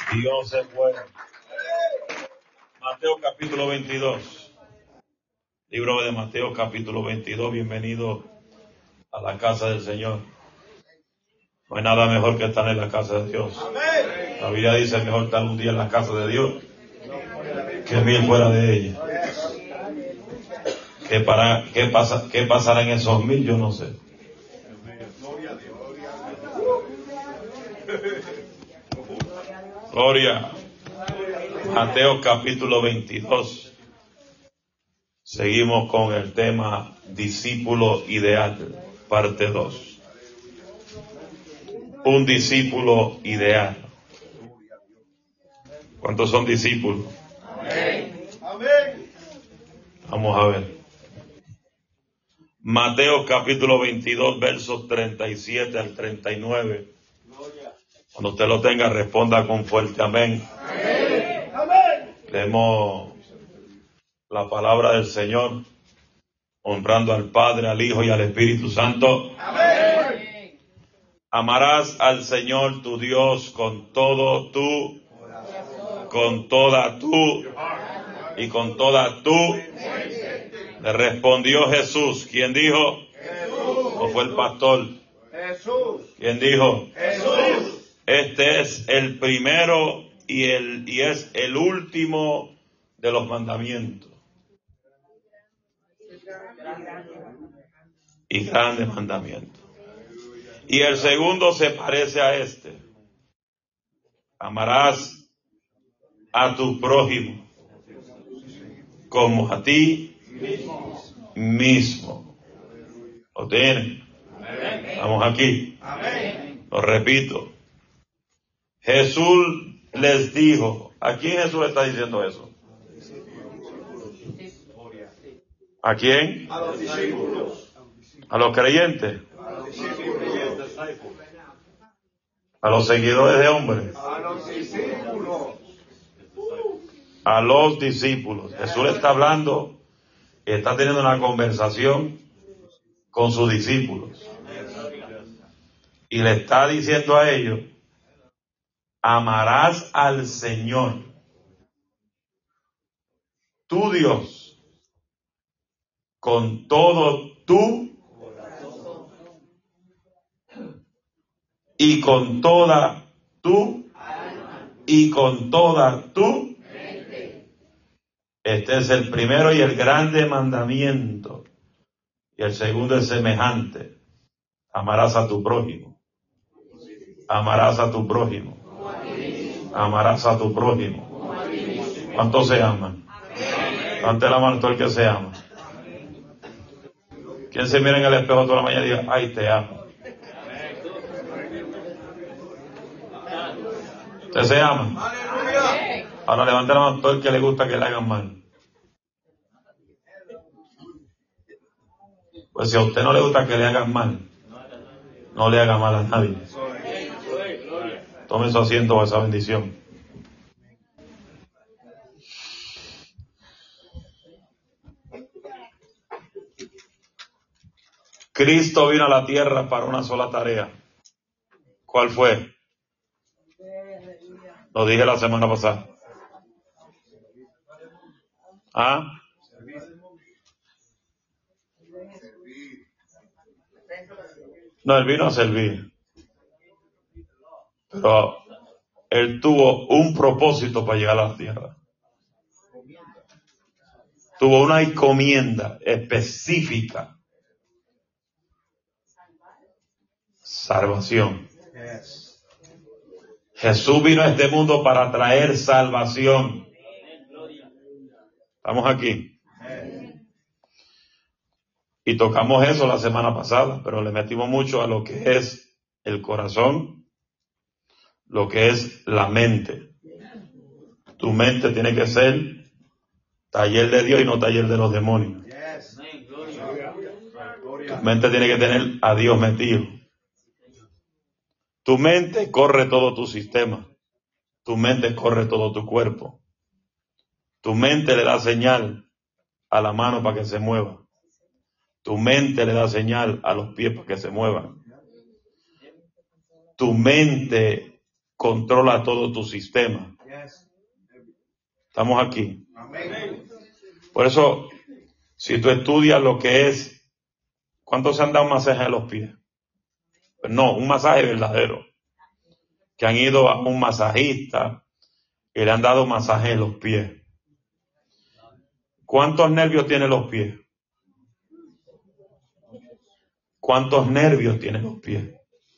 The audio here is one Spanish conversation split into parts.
Dios es bueno. Mateo capítulo 22. Libro de Mateo capítulo 22. Bienvenido a la casa del Señor. No hay nada mejor que estar en la casa de Dios. La Biblia dice mejor estar un día en la casa de Dios que 1000 fuera de ella. ¿Qué pasará en esos 1000? Yo no sé. Gloria. Mateo capítulo 22. Seguimos con el tema discípulo ideal, parte 2. Un discípulo ideal. ¿Cuántos son discípulos? Amén. Vamos a ver. Mateo capítulo 22, versos 37 al 39. Cuando usted lo tenga, responda con fuerte amén. Amén. Leemos la palabra del Señor, honrando al Padre, al Hijo y al Espíritu Santo. Amén. Amarás al Señor tu Dios con todo tu, con toda tu y con toda tu. Le respondió Jesús. ¿Quién dijo? Jesús. ¿O fue el pastor? Jesús. ¿Quién dijo? Jesús. Este es el primero y es el último de los mandamientos. Y grande mandamiento. Y el segundo se parece a este. Amarás a tu prójimo como a ti mismo. ¿Lo tienen? Vamos aquí. Lo repito. Jesús les dijo. ¿A quién Jesús le está diciendo eso? ¿A quién? A los discípulos. ¿A los creyentes? A los discípulos. ¿A los seguidores de hombres? A los discípulos. A los discípulos. Jesús le está hablando, está teniendo una conversación con sus discípulos. Y le está diciendo a ellos, amarás al Señor, tu Dios, con todo tu y con toda tu y con toda tu. Este es el primero y el grande mandamiento. Y el segundo es semejante. Amarás a tu prójimo. Amarás a tu prójimo. Amarás a tu prójimo. ¿Cuántos se aman? Ante la mano todo el que se ama. ¿Quién se mira en el espejo toda la mañana y diga, ay, te amo? ¿Usted se ama? Ahora levante la mano todo el que le gusta que le hagan mal. Pues si a usted no le gusta que le hagan mal, no le haga mal a nadie. Tome su asiento a esa bendición. Cristo vino a la tierra para una sola tarea. ¿Cuál fue? Lo dije la semana pasada. ¿Ah? No, él vino a servir. Pero él tuvo un propósito para llegar a la tierra. Tuvo una encomienda específica. Salvación. Jesús vino a este mundo para traer salvación. Estamos aquí. Y tocamos eso la semana pasada, pero le metimos mucho a lo que es el corazón, lo que es la mente. Tu mente tiene que ser taller de Dios y no taller de los demonios. Tu mente tiene que tener a Dios metido. Tu mente corre todo tu sistema. Tu mente corre todo tu cuerpo. Tu mente le da señal a la mano para que se mueva. Tu mente le da señal a los pies para que se muevan. Tu mente controla todo tu sistema. Estamos aquí. Por eso, si tú estudias lo que es, ¿cuántos se han dado un masaje a los pies? Pues no, un masaje verdadero. Que han ido a un masajista y le han dado masaje en los pies. ¿Cuántos nervios tienen los pies? ¿Cuántos nervios tienen los pies?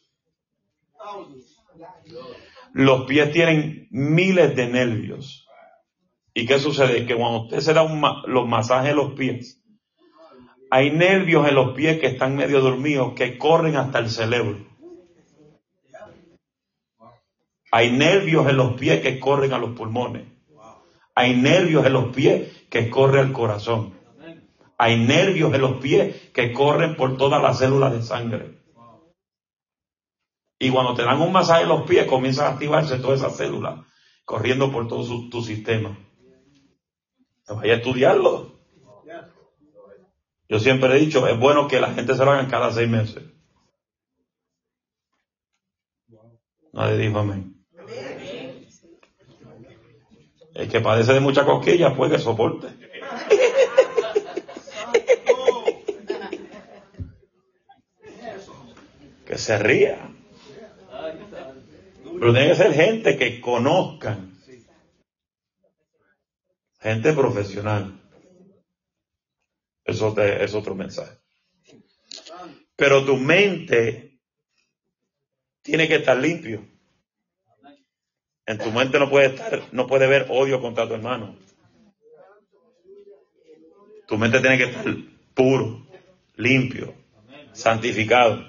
Los pies tienen miles de nervios. ¿Y qué sucede? Que cuando usted se da los masajes en los pies, hay nervios en los pies que están medio dormidos que corren hasta el cerebro. Hay nervios en los pies que corren a los pulmones. Hay nervios en los pies que corren al corazón. Hay nervios en los pies que corren por todas las células de sangre. Y cuando te dan un masaje en los pies, comienzan a activarse todas esas células, corriendo por todo tu sistema. Vaya a estudiarlo. Yo siempre he dicho, es bueno que la gente se lo hagan cada 6 meses. Nadie dijo amén. El que padece de mucha cosquilla, pues que soporte. Que se ría. Pero tiene que ser gente que conozcan. Gente profesional. Eso es otro mensaje. Pero tu mente tiene que estar limpio. En tu mente no puede haber odio contra tu hermano. Tu mente tiene que estar puro, limpio, santificado.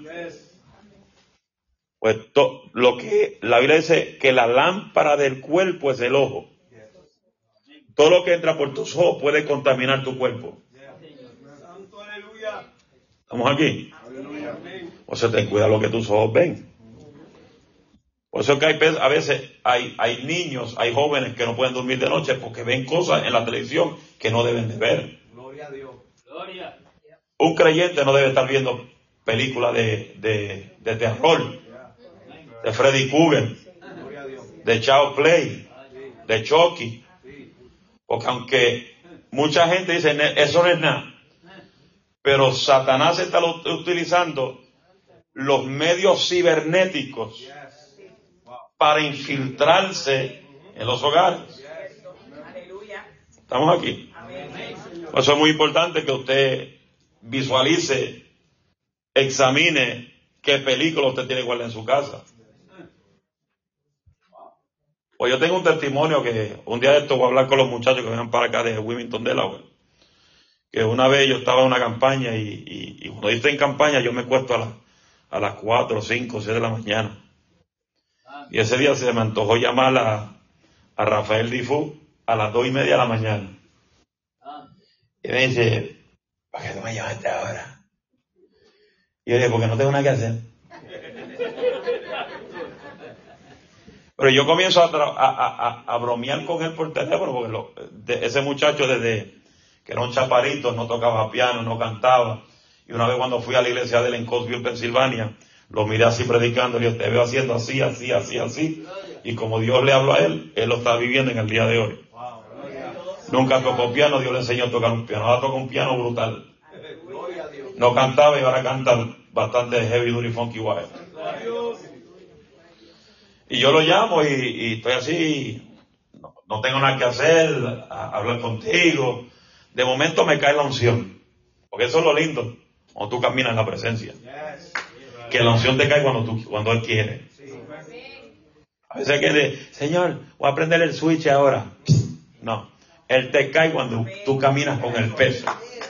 Pues lo que la Biblia dice que la lámpara del cuerpo es el ojo. Todo lo que entra por tus ojos puede contaminar tu cuerpo. ¿Estamos aquí? O sea, ten cuidado lo que tus ojos ven. Por eso que a veces hay niños, hay jóvenes que no pueden dormir de noche porque ven cosas en la televisión que no deben de ver. Gloria a Dios. Gloria. Un creyente no debe estar viendo películas de terror, de Freddy Krueger, de Child's Play, de Chucky. Porque aunque mucha gente dice, eso no es nada, pero Satanás está utilizando los medios cibernéticos para infiltrarse en los hogares. ¿Estamos aquí? Por eso es muy importante que usted visualice, examine qué película usted tiene guardada en su casa. Pues yo tengo un testimonio que un día de esto voy a hablar con los muchachos que vengan para acá de Wilmington, Delaware. Que una vez yo estaba en una campaña y cuando yo estoy en campaña yo me acuesto a las 4, 5, 6 de la mañana. Y ese día se me antojó llamar a Rafael Difú a las 2:30 de la mañana. Y me dice, ¿para qué tú me llamaste ahora? Y yo dije, porque no tengo nada que hacer. Pero yo comienzo a bromear con él por teléfono, porque ese muchacho desde que era un chaparrito no tocaba piano, no cantaba. Y una vez cuando fui a la iglesia de él en Cosville, Pensilvania, lo miré así predicando, y yo te veo haciendo así, así, así, así. Y como Dios le habló a él lo está viviendo en el día de hoy. Nunca tocó piano, Dios le enseñó a tocar un piano. Ahora toca un piano brutal. No cantaba y ahora canta bastante heavy duty funky wild. Y yo lo llamo y estoy así, no tengo nada que hacer, hablar contigo. De momento me cae la unción. Porque eso es lo lindo, cuando tú caminas en la presencia. Que la unción te cae cuando Él quiere. A veces hay que decir, Señor, voy a prender el switch ahora. No, Él te cae cuando tú caminas con el peso.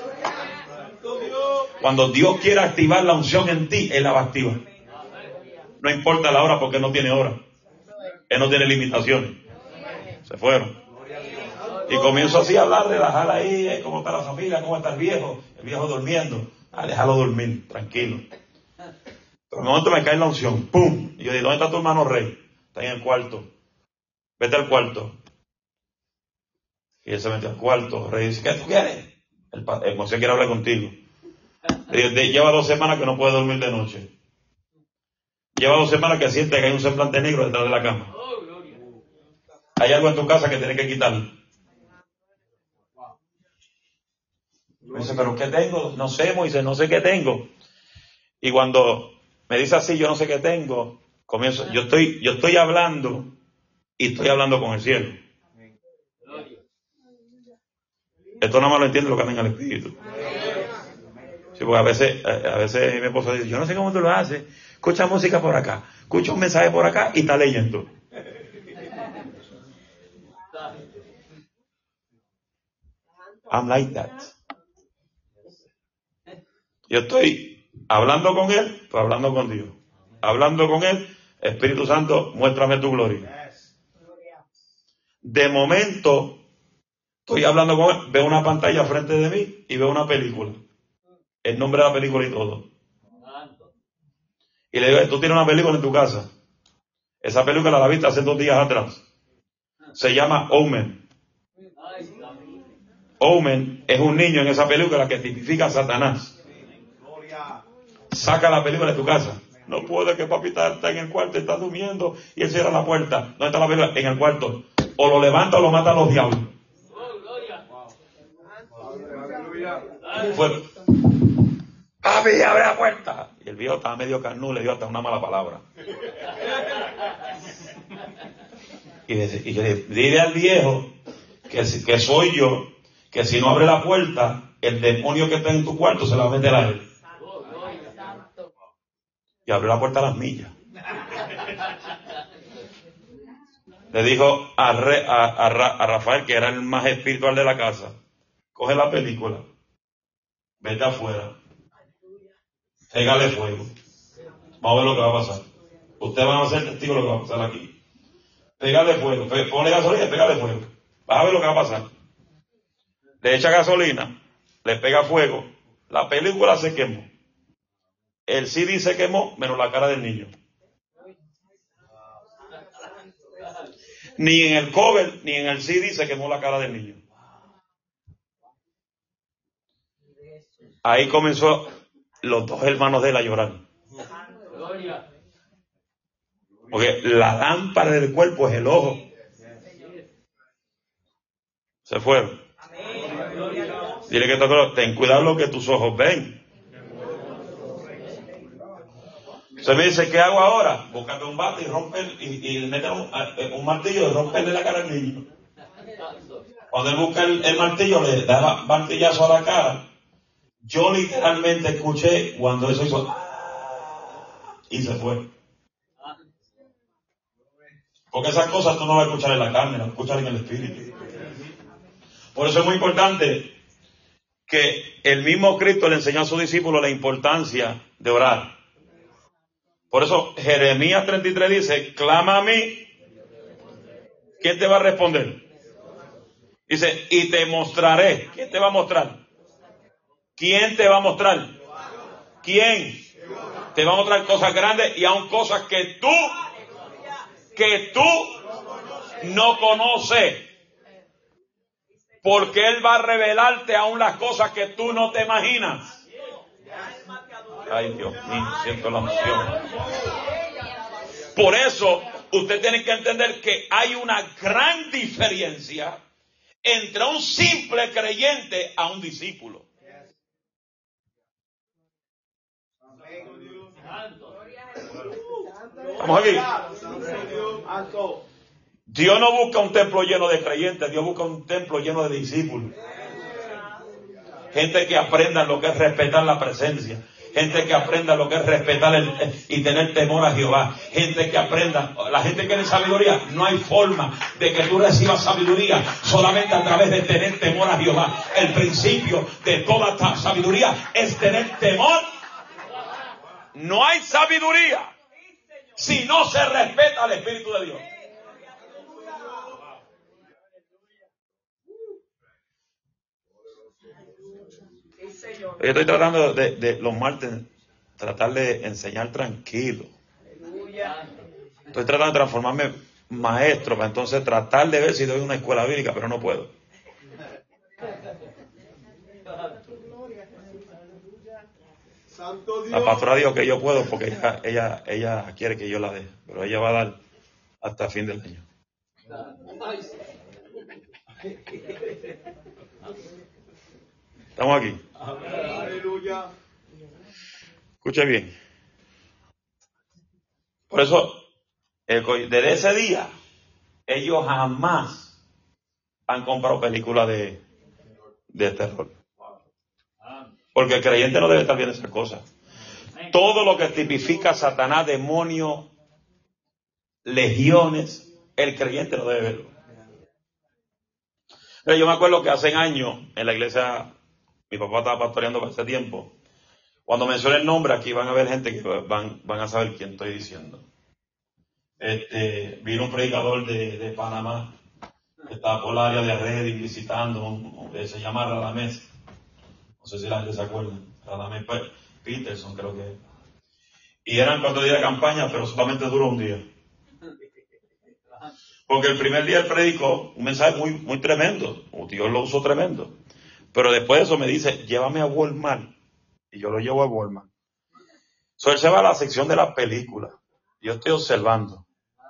Cuando Dios quiera activar la unción en ti, Él la va a activar. No importa la hora porque Él no tiene hora. Él no tiene limitaciones. Se fueron. Y comienzo así a hablar, relajar ahí, cómo está la familia, cómo está el viejo durmiendo. Déjalo dormir, tranquilo. Pero en un momento me cae la unción, ¡pum! Y yo digo, ¿dónde está tu hermano Rey? Está en el cuarto. Vete al cuarto. Y él se metió al cuarto. Rey dice, ¿qué tú quieres? El consejo quiere hablar contigo. Lleva 2 semanas que no puede dormir de noche. Lleva 2 semanas que siente que hay un semblante negro detrás de la cama. Hay algo en tu casa que tienes que quitarlo. Me dice, ¿pero qué tengo? No sé, Moisés, no sé qué tengo. Y cuando me dice así, yo no sé qué tengo, comienzo, yo estoy hablando y estoy hablando con el cielo. Esto nada más lo entiende lo que anda en el espíritu. Sí, porque a veces mi esposa dice, yo no sé cómo tú lo haces. Escucha música por acá, escucha un mensaje por acá y está leyendo. I'm like that. Yo estoy hablando con él, pues hablando con Dios. Hablando con él, Espíritu Santo, muéstrame tu gloria. De momento, estoy hablando con él, veo una pantalla frente de mí y veo una película. El nombre de la película y todo. Y le digo, tú tienes una película en tu casa. Esa película la viste hace 2 días atrás. Se llama Omen. Omen es un niño en esa película que tipifica a Satanás. Saca la película de tu casa. No puede, que papi está en el cuarto, está durmiendo y él cierra la puerta. ¿Dónde está la película? En el cuarto. O lo levanta o lo mata a los diablos. Fue, papi, abre la puerta. Y el viejo estaba medio carnú, le dio hasta una mala palabra. Y yo le dile al viejo que soy yo, que si no abre la puerta, el demonio que está en tu cuarto se la va a meter a él. Y abrió la puerta a las millas. Le dijo a Rafael, que era el más espiritual de la casa, coge la película, vete afuera, pégale fuego. Vamos a ver lo que va a pasar. Ustedes van a ser testigos de lo que va a pasar aquí. Pégale fuego, ponle gasolina y pégale fuego. Vas a ver lo que va a pasar. Le echa gasolina, le pega fuego, la película se quemó. El CD se quemó, menos la cara del niño. Ni en el cover, ni en el CD se quemó la cara del niño. Ahí comenzó los 2 hermanos de él a llorar. Porque la lámpara del cuerpo es el ojo. Se fueron. Dile que ten cuidado lo que tus ojos ven. Se me dice, ¿qué hago ahora? Búscate un bate y rompe y mete un martillo y romperle la cara al niño. Cuando él busca el martillo, le da martillazo a la cara. Yo literalmente escuché cuando eso hizo y se fue. Porque esas cosas tú no vas a escuchar en la carne, las vas a escuchar en el espíritu. Por eso es muy importante que el mismo Cristo le enseñó a sus discípulos la importancia de orar. Por eso Jeremías 33 dice, clama a mí. ¿Quién te va a responder? Dice, y te mostraré. ¿Quién te va a mostrar? ¿Quién te va a mostrar? ¿Quién? Te va a mostrar cosas grandes y aún cosas que tú no conoces. Porque Él va a revelarte aún las cosas que tú no te imaginas. Ay, Dios mío, siento la unción. Por eso, usted tiene que entender que hay una gran diferencia entre un simple creyente a un discípulo. Vamos aquí. Dios no busca un templo lleno de creyentes, Dios busca un templo lleno de discípulos. Gente que aprenda lo que es respetar la presencia. Gente que aprenda lo que es respetar y tener temor a Jehová. Gente que aprenda. La gente que tiene sabiduría, no hay forma de que tú recibas sabiduría solamente a través de tener temor a Jehová. El principio de toda sabiduría es tener temor. No hay sabiduría si no se respeta al Espíritu de Dios. Yo estoy tratando de los martes, tratar de enseñar tranquilo. Estoy tratando de transformarme maestro para entonces tratar de ver si doy una escuela bíblica, pero no puedo. La pastora dijo que yo puedo porque ella quiere que yo la dé, pero ella va a dar hasta fin del año. ¿Estamos aquí? Aleluya. Escuche bien. Por eso, desde ese día, ellos jamás han comprado películas de terror. Porque el creyente no debe estar viendo esas cosas. Todo lo que tipifica a Satanás, demonios, legiones, el creyente no debe verlo. Pero yo me acuerdo que hace años en la iglesia, mi papá estaba pastoreando para ese tiempo. Cuando mencioné el nombre, aquí van a ver gente que van a saber quién estoy diciendo. Vino un predicador de Panamá, que estaba por el área de Redding visitando, se llama Radamés. No sé si la gente se acuerda. Radamés Peterson, creo que es. Y eran 4 días de campaña, pero solamente duró un día. Porque el primer día él predicó un mensaje muy, muy tremendo. Dios lo usó tremendo. Pero después de eso me dice, llévame a Walmart. Y yo lo llevo a Walmart. Él se va a la sección de las películas. Yo estoy observando.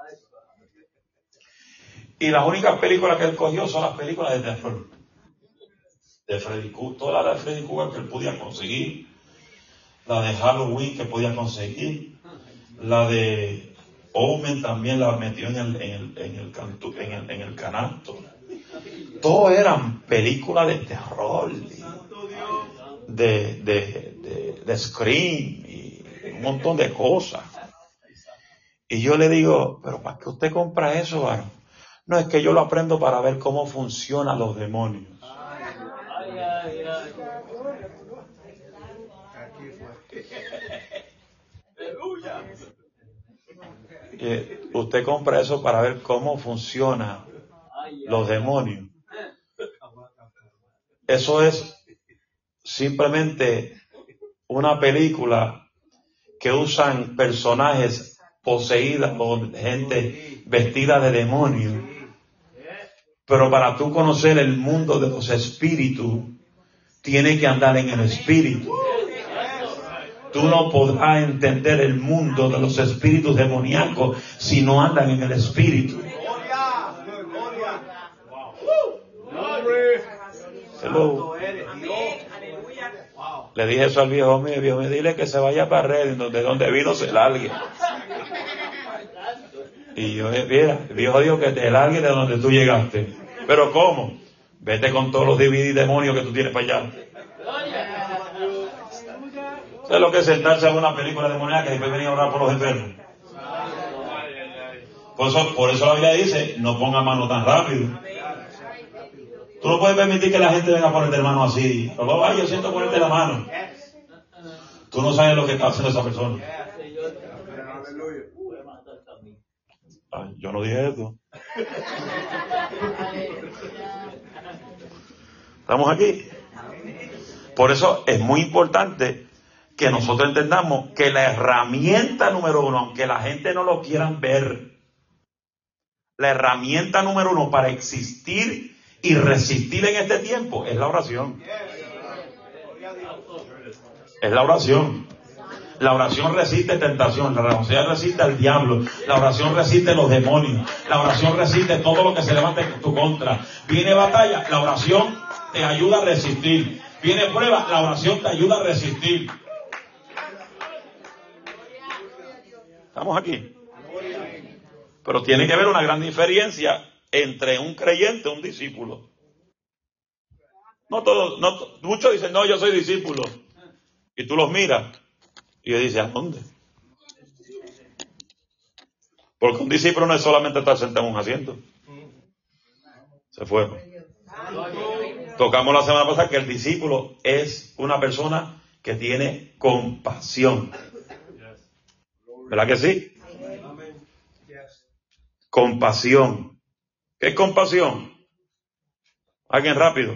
Y las únicas películas que él cogió son las películas de terror. De Freddy Krueger. Todas las de Freddy Krueger que él podía conseguir. La de Halloween que podía conseguir. La de Omen también la metió en el canasto. Todo eran películas de terror. De Scream y un montón de cosas. Y yo le digo, pero ¿para qué usted compra eso, varón? No, es que yo lo aprendo para ver cómo funcionan los demonios. Usted compra eso para ver cómo funcionan los demonios. Eso es simplemente una película que usan personajes poseídos por gente vestida de demonios. Pero para tú conocer el mundo de los espíritus, tienes que andar en el espíritu. Tú no podrás entender el mundo de los espíritus demoníacos si no andan en el espíritu. Hello. Le dije eso al viejo mío, dile que se vaya para Redding, de donde vino se largue. Y yo, mira, el viejo dijo que te largue de donde tú llegaste. ¿Pero cómo? Vete con todos los DVD demonios que tú tienes para allá. ¿Sabes lo que es sentarse a ver una película demoníaca y después venir a orar por los enfermos? Por eso la Biblia dice, no ponga mano tan rápido. Tú no puedes permitir que la gente venga a ponerte la mano así. Ay, yo siento ponerte la mano. Tú no sabes lo que está haciendo esa persona. Ay, yo no dije eso. ¿Estamos aquí? Por eso es muy importante que nosotros entendamos que la herramienta número 1, aunque la gente no lo quieran ver, la herramienta número 1 para existir y resistir en este tiempo es la oración. Es la oración. La oración resiste tentación, la oración resiste al diablo, la oración resiste los demonios, la oración resiste todo lo que se levante en tu contra. Viene batalla, la oración te ayuda a resistir. Viene prueba, la oración te ayuda a resistir. ¿Estamos aquí? Pero tiene que haber una gran diferencia entre un creyente y un discípulo. Muchos dicen, no, yo soy discípulo. Y tú los miras y ellos dicen, ¿a dónde? Porque un discípulo no es solamente estar sentado en un asiento. Se fueron. Tocamos la semana pasada que el discípulo es una persona que tiene compasión. ¿Verdad que sí? Compasión. ¿Qué es compasión? Alguien rápido.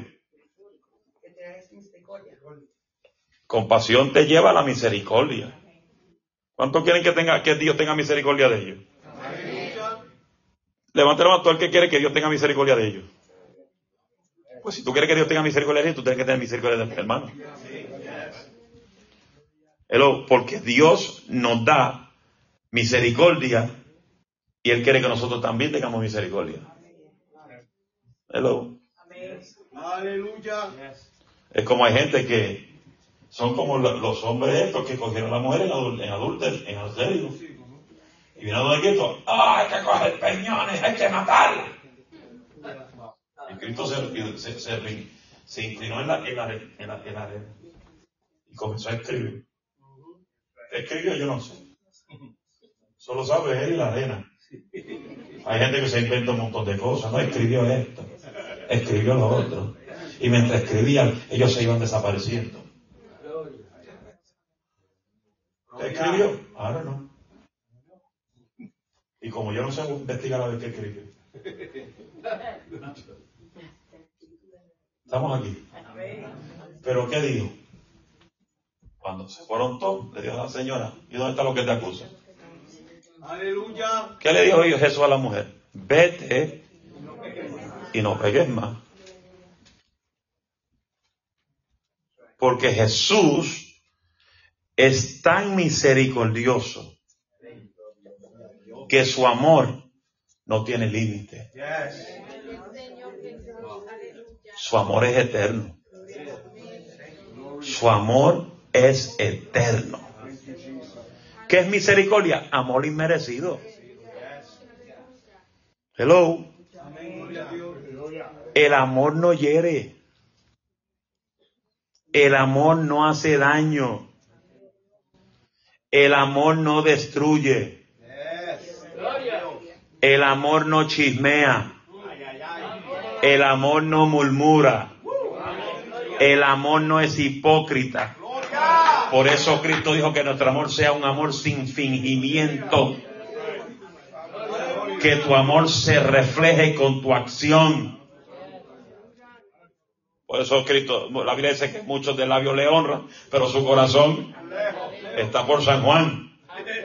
Compasión te lleva a la misericordia. ¿Cuántos quieren que Dios tenga misericordia de ellos? Levante la mano todo el que quiere que Dios tenga misericordia de ellos. Pues si tú quieres que Dios tenga misericordia de ellos, tú tienes que tener misericordia de tu hermano. Porque Dios nos da misericordia y Él quiere que nosotros también tengamos misericordia. Aleluya. Es como hay gente que son como los hombres estos que cogieron a la mujer en adulterio. Y vinieron de Cristo, hay que coger peñones, hay que matarla. Y Cristo se inclinó en la arena y comenzó a escribir. ¿Qué escribió? Yo no sé. Solo sabe él y la arena. Hay gente que se inventa un montón de cosas. No escribió esto, escribió lo otro. Y mientras escribían, ellos se iban desapareciendo. ¿Qué escribió? Ahora no. Y como yo no sé investigar a ver qué escribió. Estamos aquí. ¿Pero qué dijo? Cuando se fueron todos, le dijo a la señora, ¿y dónde está lo que te acusa? Aleluya. ¿Qué le dijo Jesús a la mujer? Vete y no pegues más. Porque Jesús es tan misericordioso que su amor no tiene límite. Su amor es eterno. Su amor es eterno. ¿Qué es misericordia? Amor inmerecido. Hello. El amor no hiere. El amor no hace daño. El amor no destruye. El amor no chismea. El amor no murmura. El amor no es hipócrita. Por eso Cristo dijo que nuestro amor sea un amor sin fingimiento. Que tu amor se refleje con tu acción. Por eso Cristo, la Biblia dice que muchos de labios le honran, pero su corazón está por San Juan.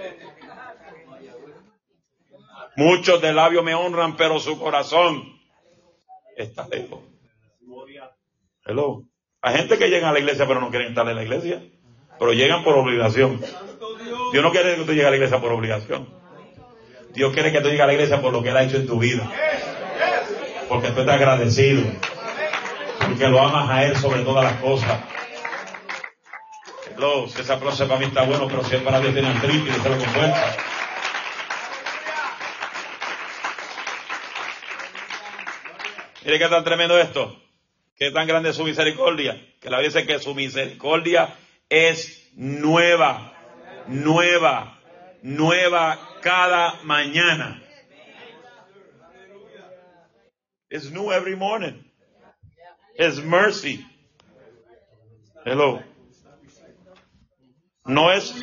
Muchos de labios me honran, pero su corazón está lejos. Hello. Hay gente que llega a la iglesia pero no quieren estar en la iglesia. Pero llegan por obligación. Dios no quiere que tú llegues a la iglesia por obligación. Dios quiere que tú llegues a la iglesia por lo que Él ha hecho en tu vida. Porque tú estás agradecido. Porque lo amas a Él sobre todas las cosas. Hello. Si ese aplauso para mí está bueno, pero si es para Dios tiene artritis, y déjalo con fuerza. Mire qué tan tremendo esto. Qué tan grande es su misericordia. Que la Biblia dice que su misericordia es nueva cada mañana. It's new every morning. It's mercy. Hello. No es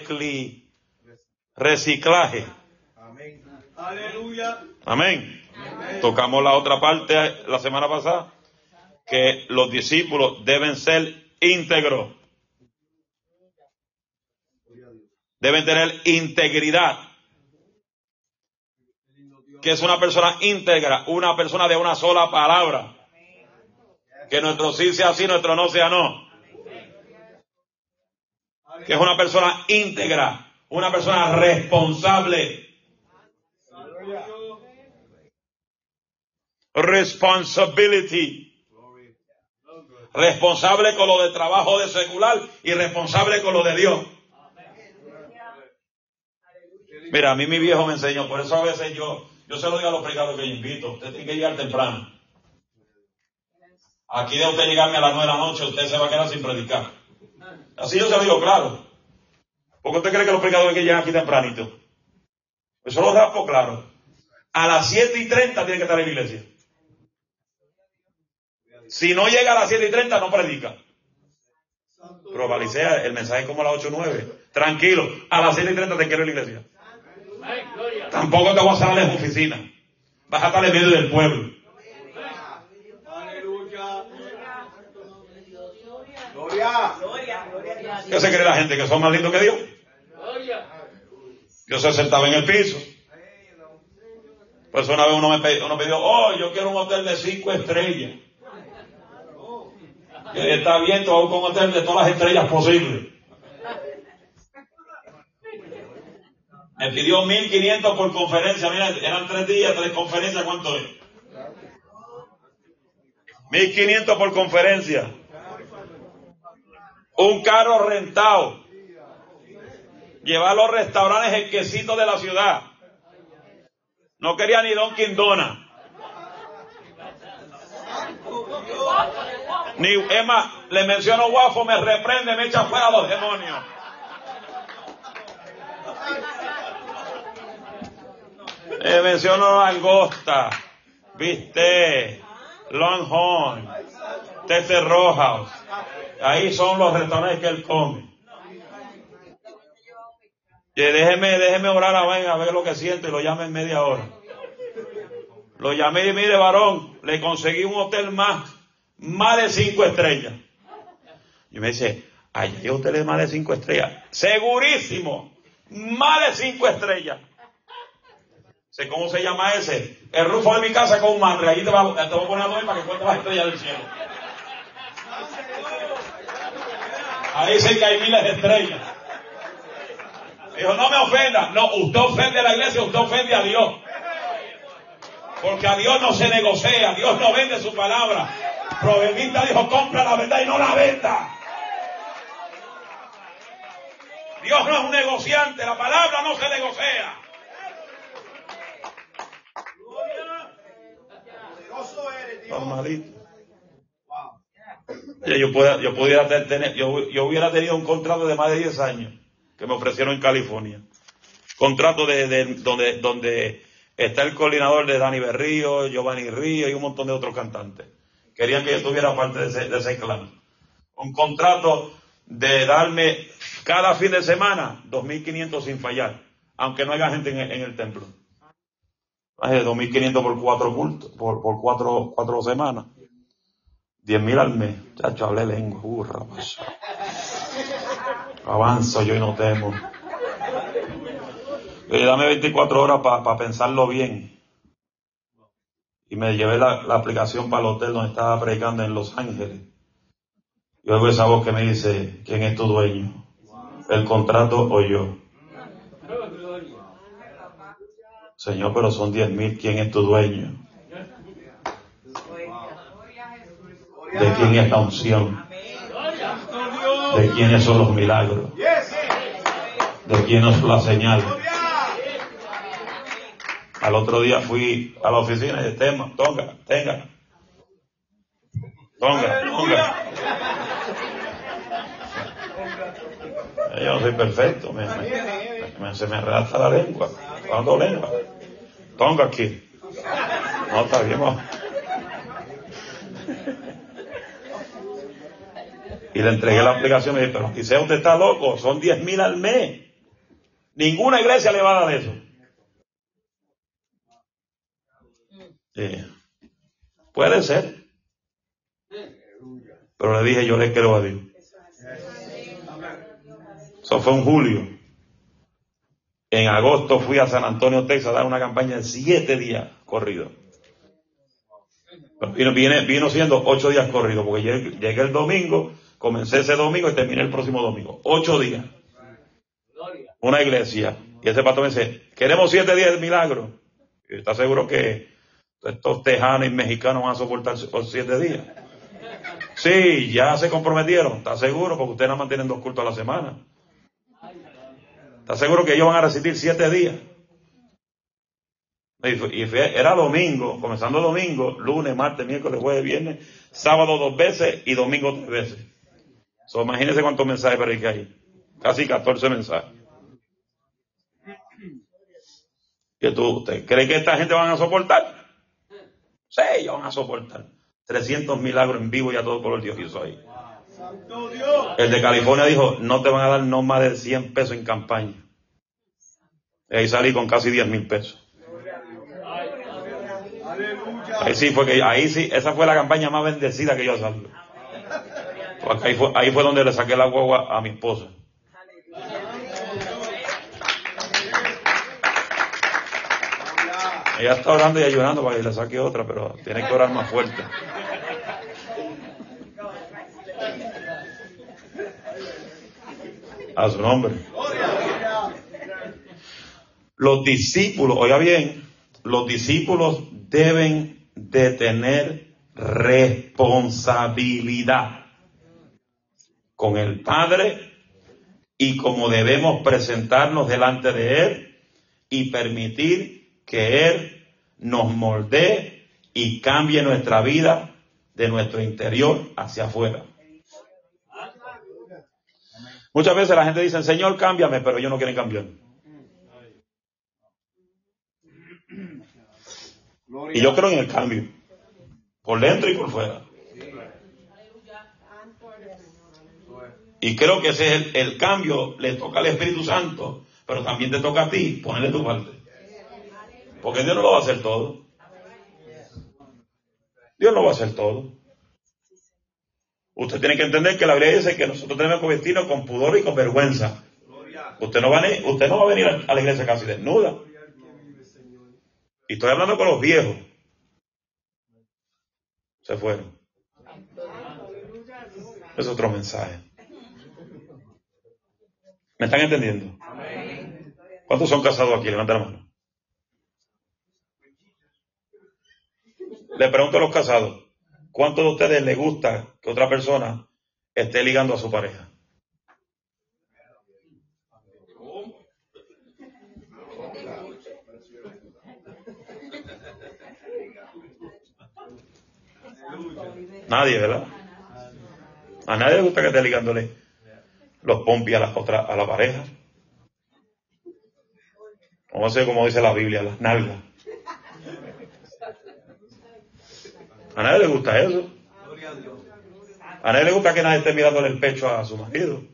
reciclaje. Aleluya. Amén. Tocamos la otra parte la semana pasada, que los discípulos deben ser íntegros. Deben tener integridad. Que es una persona íntegra, una persona de una sola palabra. Que nuestro sí sea sí, nuestro no sea no. Que es una persona íntegra, una persona responsable. Responsibility. Responsable con lo de trabajo de secular y responsable con lo de Dios. Mira, a mí mi viejo me enseñó, por eso a veces yo se lo digo a los predicadores que yo invito, usted tiene que llegar temprano. Aquí de usted llegarme a las 9 de la noche, usted se va a quedar sin predicar. Así yo se lo digo claro. ¿Por qué usted cree que los predicadores que llegan aquí tempranito? Eso lo da por claro. A las 7:30 tiene que estar en la iglesia. Si no llega a las 7:30 no predica. Pero Valicea, el mensaje es como a las 8:09. Tranquilo, a las 7:30 te quiero en la iglesia. Tampoco te voy a salir de la oficina. Vas a estar en medio del pueblo. Aleluya. ¿Qué se cree la gente? ¿Que son más lindos que Dios? Yo se sentaba en el piso. Pues una vez uno pidió, yo quiero un hotel de 5 estrellas. Y está bien, todo con un hotel de todas las estrellas posibles. Me pidió 1.500 por conferencia. Mira, eran 3 días, 3 conferencias. ¿Cuánto es? 1.500 por conferencia. Un carro rentado. Llevar a los restaurantes el quesito de la ciudad. No quería ni Dunkin' Donuts. Ni Emma, le menciono Waffle, me reprende, me echa fuera a los demonios. Le menciono langosta, bistec, Longhorn, Tete Rojas. Ahí son los restaurantes que él come. Y déjeme orar a ver lo que siente y lo llame en media hora. Lo llamé y mire, varón, le conseguí un hotel más de 5 estrellas. Y me dice, ¿hay hoteles más de 5 estrellas? Segurísimo, más de 5 estrellas. Sé cómo se llama ese. El rufo de mi casa con un manre. Ahí te voy a poner a dormir para que cuentes las estrellas del cielo. Ahí dicen que hay miles de estrellas. Dijo, no me ofenda. No, usted ofende a la iglesia, usted ofende a Dios. Porque a Dios no se negocia, Dios no vende su palabra. Proverbista dijo, compra la verdad y no la venda. Dios no es un negociante, la palabra no se negocia. Normalito. Yo hubiera tenido un contrato de más de 10 años que me ofrecieron en California. Contrato de donde está el coordinador de Dani Berrío, Giovanni Río y un montón de otros cantantes. Querían que yo estuviera parte de ese clan. Un contrato de darme cada fin de semana 2.500 sin fallar, aunque no haya gente en el templo. 2.500 por 4 cultos, por 4 semanas. 10.000 al mes. Chacho, hablé lengua. Avanzo yo y no temo. Dame 24 horas para pensarlo bien. Y me llevé la aplicación para el hotel donde estaba predicando en Los Ángeles. Y oigo esa voz que me dice, ¿quién es tu dueño? ¿El contrato o yo? Señor, pero son 10.000, ¿quién es tu dueño? ¿De quién es la unción? ¿De quiénes son los milagros? ¿De quién es la señal? Al otro día fui a la oficina y dije, Tonga. Yo no soy perfecto, se me arrastra la lengua. ¿Cuándo lengua? Tonga aquí. No, está bien, vamos. Y le entregué la aplicación y me dije, pero quizá usted está loco, son 10.000 al mes. Ninguna iglesia le va a dar eso. Puede ser. Pero le dije, yo le creo a Dios. Eso fue en julio. En agosto fui a San Antonio, Texas, a dar una campaña de 7 días corridos. Vino siendo 8 días corridos, porque llegué el domingo, comencé ese domingo y terminé el próximo domingo. 8 días. Una iglesia. Y ese pastor me dice, queremos 7 días de milagro. Y está seguro que estos tejanos y mexicanos van a soportar 7 días. Sí, ya se comprometieron. ¿Está seguro? Porque ustedes no mantienen 2 cultos a la semana. ¿Está seguro que ellos van a resistir 7 días? Era domingo, comenzando domingo, lunes, martes, miércoles, jueves, viernes, sábado 2 veces y domingo 3 veces. Imagínense cuántos mensajes prediqué ahí. Casi 14 mensajes. ¿Usted cree que esta gente van a soportar? Sí, ellos van a soportar. 300 milagros en vivo y a todo color Dios hizo ahí. El de California dijo, no te van a dar no más de 100 pesos en campaña. Y ahí salí con casi 10.000 pesos. Ahí sí, esa fue la campaña más bendecida que yo salí. Porque ahí fue donde le saqué la guagua a mi esposa. Ella está orando y ayunando para que le saque otra, pero tiene que orar más fuerte. A su nombre. Los discípulos, oiga bien, los discípulos deben de tener responsabilidad con el Padre y cómo debemos presentarnos delante de Él y permitir que Él nos moldee y cambie nuestra vida de nuestro interior hacia afuera. Muchas veces la gente dice, Señor, cámbiame, pero ellos no quieren cambiar. Y yo creo en el cambio, por dentro y por fuera. Y creo que ese es el cambio, le toca al Espíritu Santo, pero también te toca a ti ponerle tu parte. Porque Dios no lo va a hacer todo. Dios no va a hacer todo. Usted tiene que entender que la Biblia dice que nosotros tenemos que vestirnos con pudor y con vergüenza. Usted no va a venir a la iglesia casi desnuda. Y estoy hablando con los viejos. Se fueron. Es otro mensaje. ¿Me están entendiendo? ¿Cuántos son casados aquí? Levanta la mano. Le pregunto a los casados, ¿cuántos de ustedes les gusta que otra persona esté ligando a su pareja? Nadie, ¿verdad? A nadie le gusta que esté ligándole los pompis a la pareja. Vamos a hacer como dice la Biblia, las nalgas. A nadie le gusta eso. A nadie le gusta que nadie esté mirándole el pecho a su marido.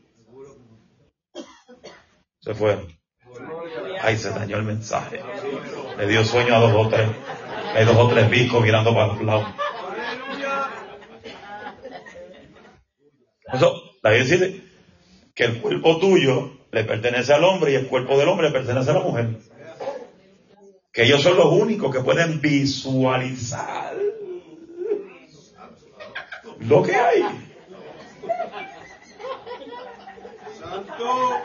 Se fueron. Ay, se dañó el mensaje. Le dio sueño a 2 o 3. Hay 2 o 3 bicos mirando para los lados. Eso, la Biblia dice que el cuerpo tuyo le pertenece al hombre y el cuerpo del hombre le pertenece a la mujer. Que ellos son los únicos que pueden visualizar lo que hay. Santo.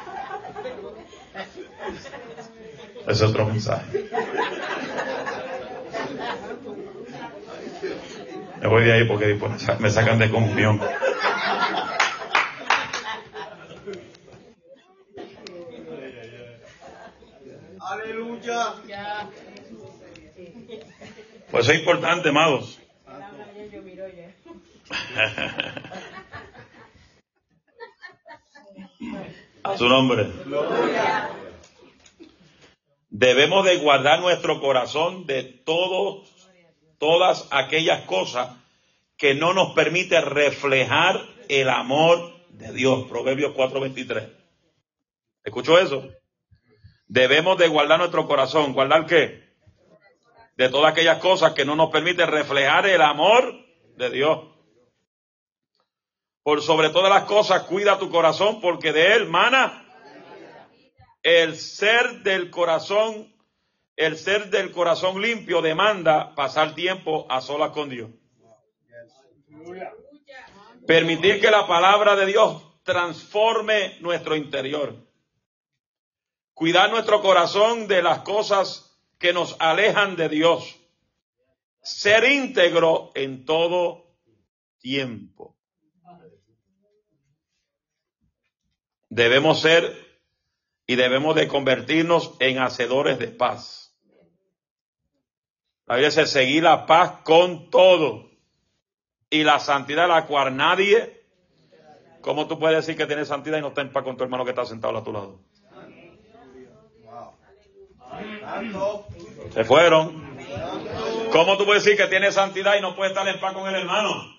Es otro mensaje. Me voy de ahí porque después me sacan de comunión. Aleluya. Pues es importante, amados. A su nombre. Debemos de guardar nuestro corazón de todas aquellas cosas que no nos permiten reflejar el amor de Dios. Proverbios 4:23. ¿Escuchó eso? Debemos de guardar nuestro corazón. ¿Guardar qué? De todas aquellas cosas que no nos permiten reflejar el amor de Dios. Por sobre todas las cosas, cuida tu corazón, porque de él mana el ser del corazón limpio demanda pasar tiempo a solas con Dios. Permitir que la palabra de Dios transforme nuestro interior. Cuidar nuestro corazón de las cosas que nos alejan de Dios. Ser íntegro en todo tiempo. Debemos ser y debemos de convertirnos en hacedores de paz. La Biblia dice seguir la paz con todo y la santidad, la cual nadie. ¿Cómo tú puedes decir que tienes santidad y no estás en paz con tu hermano que está sentado a tu lado? Se fueron. ¿Cómo tú puedes decir que tienes santidad y no puedes estar en paz con el hermano?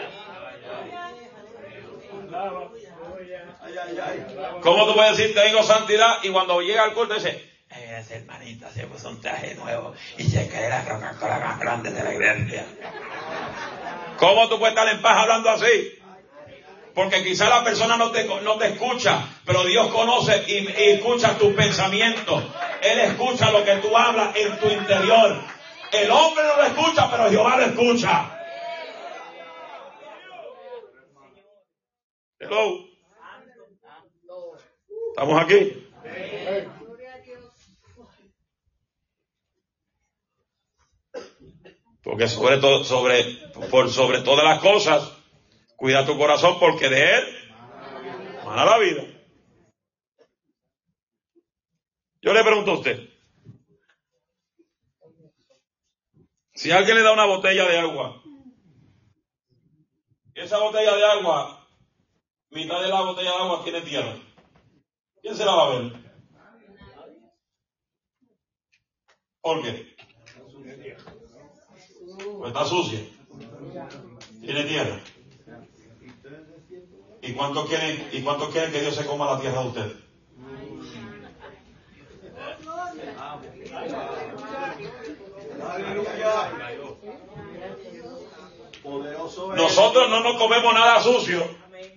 ¿Cómo tú puedes decir tengo santidad y cuando llega al culto dice esa hermanita se puso un traje nuevo y se cree la Coca-Cola más grande de la iglesia? ¿Cómo tú puedes estar en paz hablando así? Porque quizá la persona no te escucha, pero Dios conoce y escucha tus pensamientos. Él escucha lo que tú hablas en tu interior. El hombre no lo escucha, pero Jehová lo escucha. Hello. ¿Estamos aquí? Porque sobre todas las cosas, cuida tu corazón, porque de él mana la vida. Yo le pregunto a usted, si alguien le da una botella de agua, esa botella de agua, mitad de la botella de agua tiene tierra, ¿quién se la va a ver? ¿Por qué? Pues está sucia, tiene tierra. ¿Y cuántos quieren que Dios se coma la tierra de ustedes? Nosotros no nos comemos nada sucio.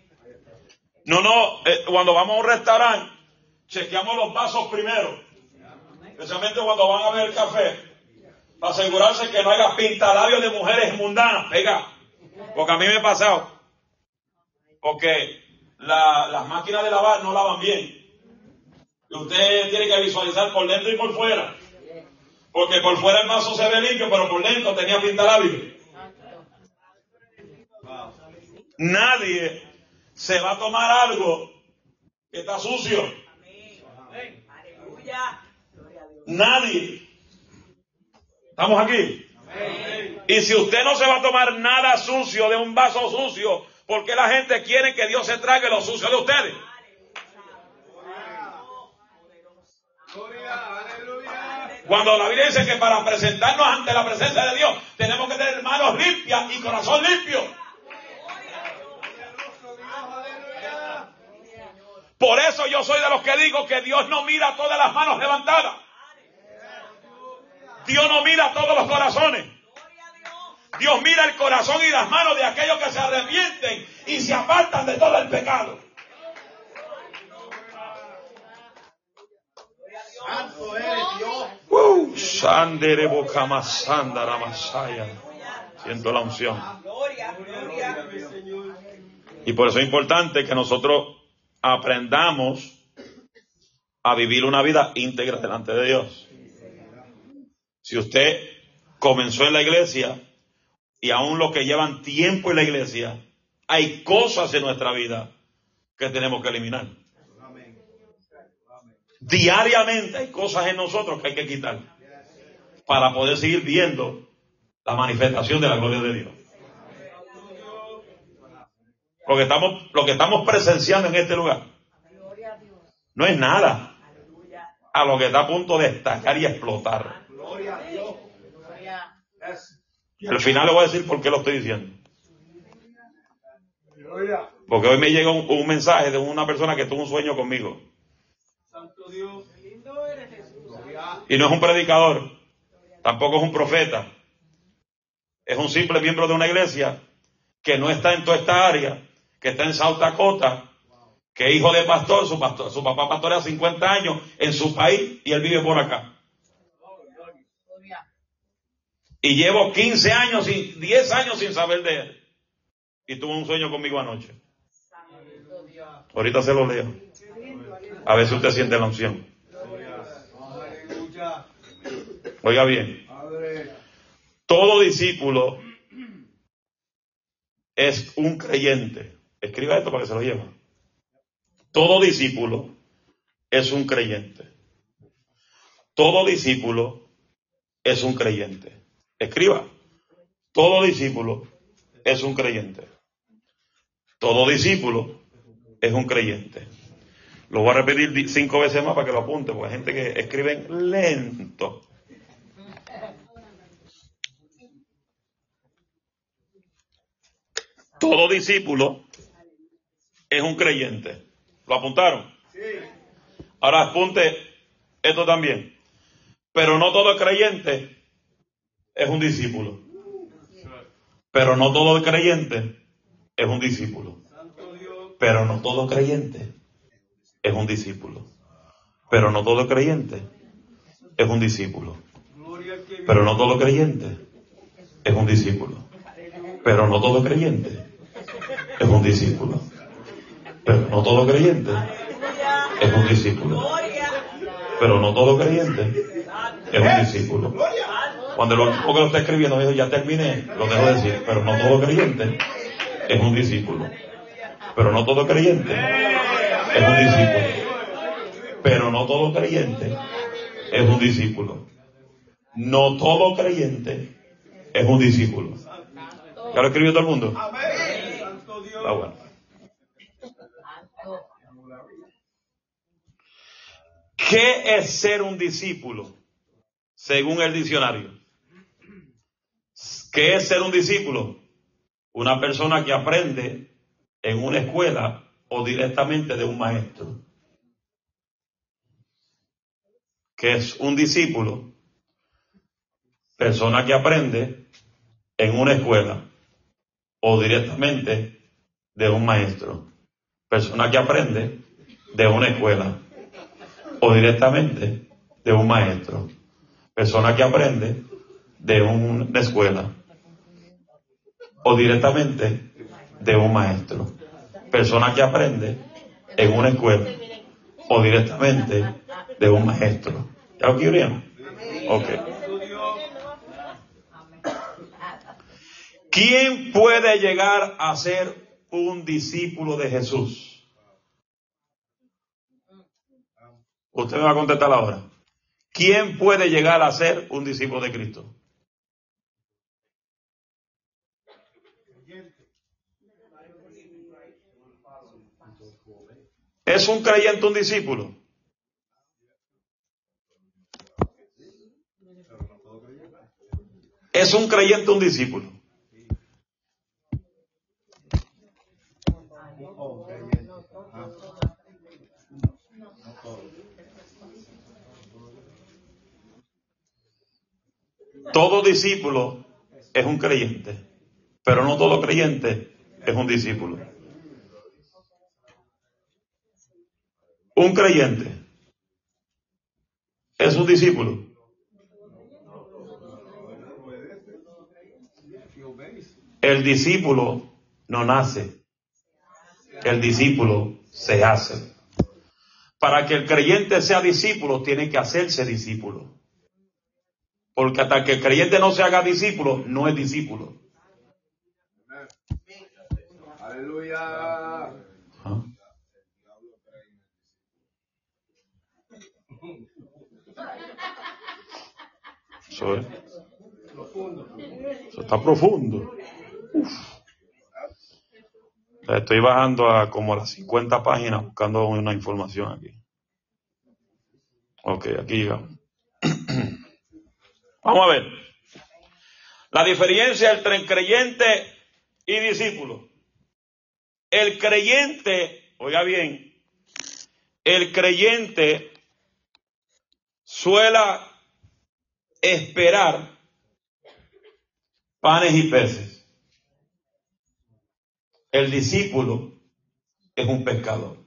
Cuando vamos a un restaurante, chequeamos los vasos primero, especialmente cuando van a beber café, para asegurarse que no haya pintalabios de mujeres mundanas, pega, porque a mí me ha pasado, porque las máquinas de lavar no lavan bien, y usted tiene que visualizar por dentro y por fuera, porque por fuera el vaso se ve limpio, pero por dentro tenía pintalabios. Nadie se va a tomar algo que está sucio. Nadie. ¿Estamos aquí? Y si usted no se va a tomar nada sucio de un vaso sucio, ¿por qué la gente quiere que Dios se trague lo sucio de ustedes? Cuando la Biblia dice que para presentarnos ante la presencia de Dios tenemos que tener manos limpias y corazón limpio. Por eso yo soy de los que digo que Dios no mira todas las manos levantadas. Dios no mira todos los corazones. Dios mira el corazón y las manos de aquellos que se arrepienten y se apartan de todo el pecado. Santo eres Dios. Siento la unción. Y por eso es importante que nosotros aprendamos a vivir una vida íntegra delante de Dios. Si usted comenzó en la iglesia y aún los que llevan tiempo en la iglesia, hay cosas en nuestra vida que tenemos que eliminar. Diariamente hay cosas en nosotros que hay que quitar para poder seguir viendo la manifestación de la gloria de Dios. Lo que estamos presenciando en este lugar no es nada a lo que está a punto de estallar y explotar. Y al final le voy a decir por qué lo estoy diciendo. Porque hoy me llega un mensaje de una persona que tuvo un sueño conmigo. Y no es un predicador, tampoco es un profeta. Es un simple miembro de una iglesia que no está en toda esta área, que está en South Dakota, que es hijo de pastor, su papá pastorea 50 años en su país y él vive por acá. Y llevo 15 años y 10 años sin saber de él. Y tuvo un sueño conmigo anoche. Ahorita se lo leo. A ver si usted siente la unción. Oiga bien. Todo discípulo es un creyente. Escriba esto para que se lo lleve. Todo discípulo es un creyente. Todo discípulo es un creyente. Escriba. Todo discípulo es un creyente. Todo discípulo es un creyente. Lo voy a repetir 5 veces más para que lo apunte, porque hay gente que escribe lento. Todo discípulo es un creyente. ¿Lo apuntaron? Sí. Ahora apunte esto también. Pero no todo creyente es un discípulo. Pero no todo creyente es un discípulo. Pero no todo creyente es un discípulo. Pero no todo creyente es un discípulo. Pero no todo creyente es un discípulo. Pero no todo creyente es un discípulo. Pero no todo creyente es un discípulo. Pero no todo creyente es un discípulo. Cuando el último que lo está escribiendo me dijo, ya terminé, lo dejo decir, pero no todo creyente es un discípulo. Pero no todo creyente es un discípulo. Pero no todo creyente es un discípulo. No todo creyente es un discípulo. ¿Ya lo escribió todo el mundo? Está bueno. ¿Qué es ser un discípulo? Según el diccionario. ¿Qué es ser un discípulo? Una persona que aprende en una escuela o directamente de un maestro. ¿Qué es un discípulo? Persona que aprende en una escuela o directamente de un maestro. Persona que aprende de una escuela o directamente de un maestro. Persona que aprende de una escuela o directamente de un maestro. Persona que aprende en una escuela o directamente de un maestro. ¿Ya lo escribieron? Ok. ¿Quién puede llegar a ser un discípulo de Jesús? Usted me va a contestar ahora. ¿Quién puede llegar a ser un discípulo de Cristo? ¿Es un creyente un discípulo? ¿Es un creyente un discípulo? Todo discípulo es un creyente, pero no todo creyente es un discípulo. Un creyente es un discípulo. El discípulo no nace, el discípulo se hace. Para que el creyente sea discípulo, tiene que hacerse discípulo. Porque hasta que el creyente no se haga discípulo, no es discípulo. Aleluya. ¿Ah? Eso está profundo. Uf. Estoy bajando a como a las 50 páginas buscando una información aquí. Ok, aquí llegamos. Vamos a ver. La diferencia entre creyente y discípulo. El creyente, oiga bien, el creyente suele esperar panes y peces. El discípulo es un pescador.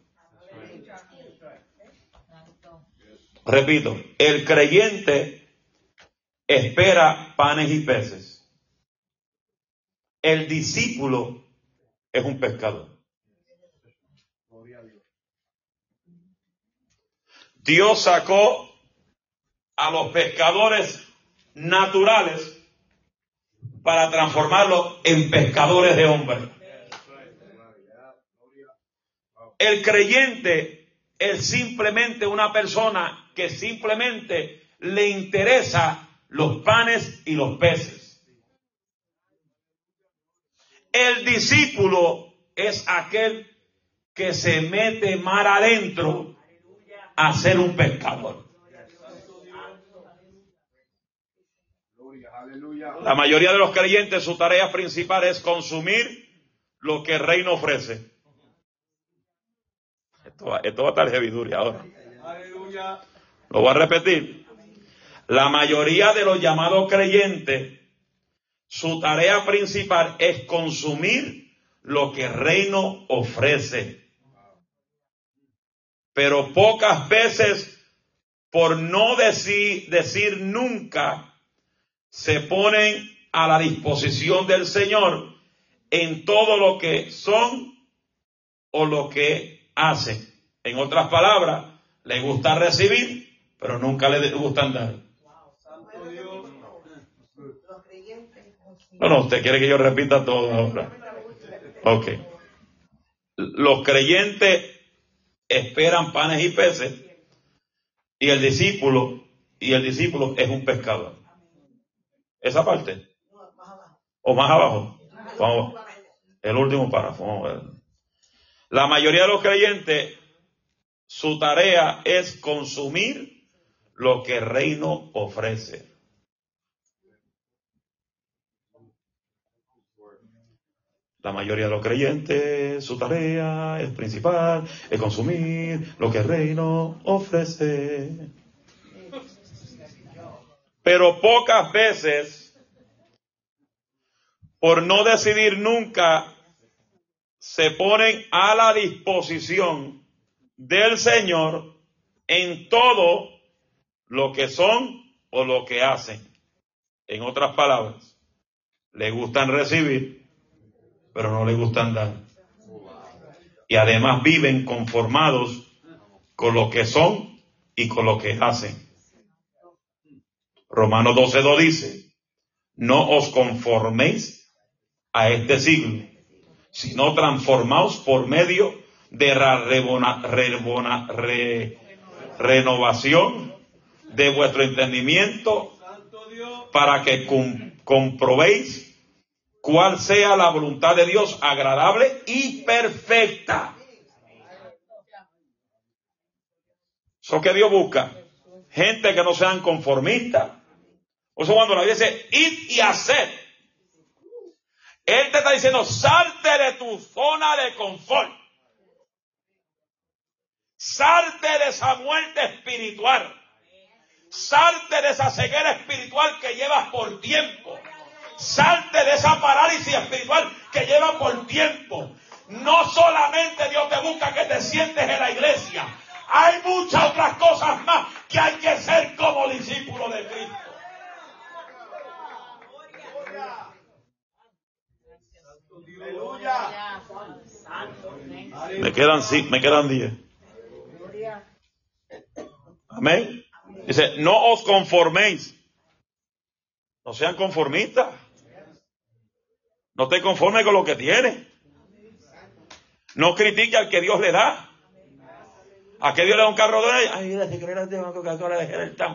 Repito, el creyente espera panes y peces. El discípulo es un pescador. Dios sacó a los pescadores naturales para transformarlos en pescadores de hombres. El creyente es simplemente una persona que simplemente le interesa los panes y los peces. El discípulo es aquel que se mete mar adentro a ser un pescador. La mayoría de los creyentes, su tarea principal es consumir lo que el reino ofrece. Esto va a estar heavy ahora. Lo voy a repetir. La mayoría de los llamados creyentes, su tarea principal es consumir lo que el reino ofrece. Pero pocas veces, por no decir nunca, se ponen a la disposición del Señor en todo lo que son o lo que hacen. En otras palabras, les gusta recibir, pero nunca les gustan dar. No, usted quiere que yo repita todo ahora. Ok. Los creyentes esperan panes y peces y el discípulo es un pescador. Esa parte. O más abajo. Vamos, el último párrafo. Vamos a ver. La mayoría de los creyentes, su tarea es consumir lo que el reino ofrece. La mayoría de los creyentes, su tarea es principal, es consumir lo que el reino ofrece. Pero pocas veces, por no decidir nunca, se ponen a la disposición del Señor en todo lo que son o lo que hacen. En otras palabras, le gustan recibir, pero no le gustan dar. Y además viven conformados con lo que son y con lo que hacen. Romanos 12:2 dice, no os conforméis a este siglo, sino transformaos por medio de la renovación de vuestro entendimiento para que comprobéis cuál sea la voluntad de Dios agradable y perfecta. Eso que Dios busca, gente que no sean conformistas. O sea, cuando la Biblia dice id y haced, Él te está diciendo salte de tu zona de confort, salte de esa muerte espiritual, salte de esa ceguera espiritual que llevas por tiempo, salte de esa parálisis espiritual que lleva por tiempo. No solamente Dios te busca que te sientes en la iglesia, hay muchas otras cosas más que hay que ser como discípulo de Cristo. Me quedan 10. Amén. Dice, no os conforméis. No sean conformistas. No te conformes con lo que tienes. No critique al que Dios le da. ¿A qué Dios le da un carro de ella? Ay, mira, si quieres tengo Coca-Cola de el tamo.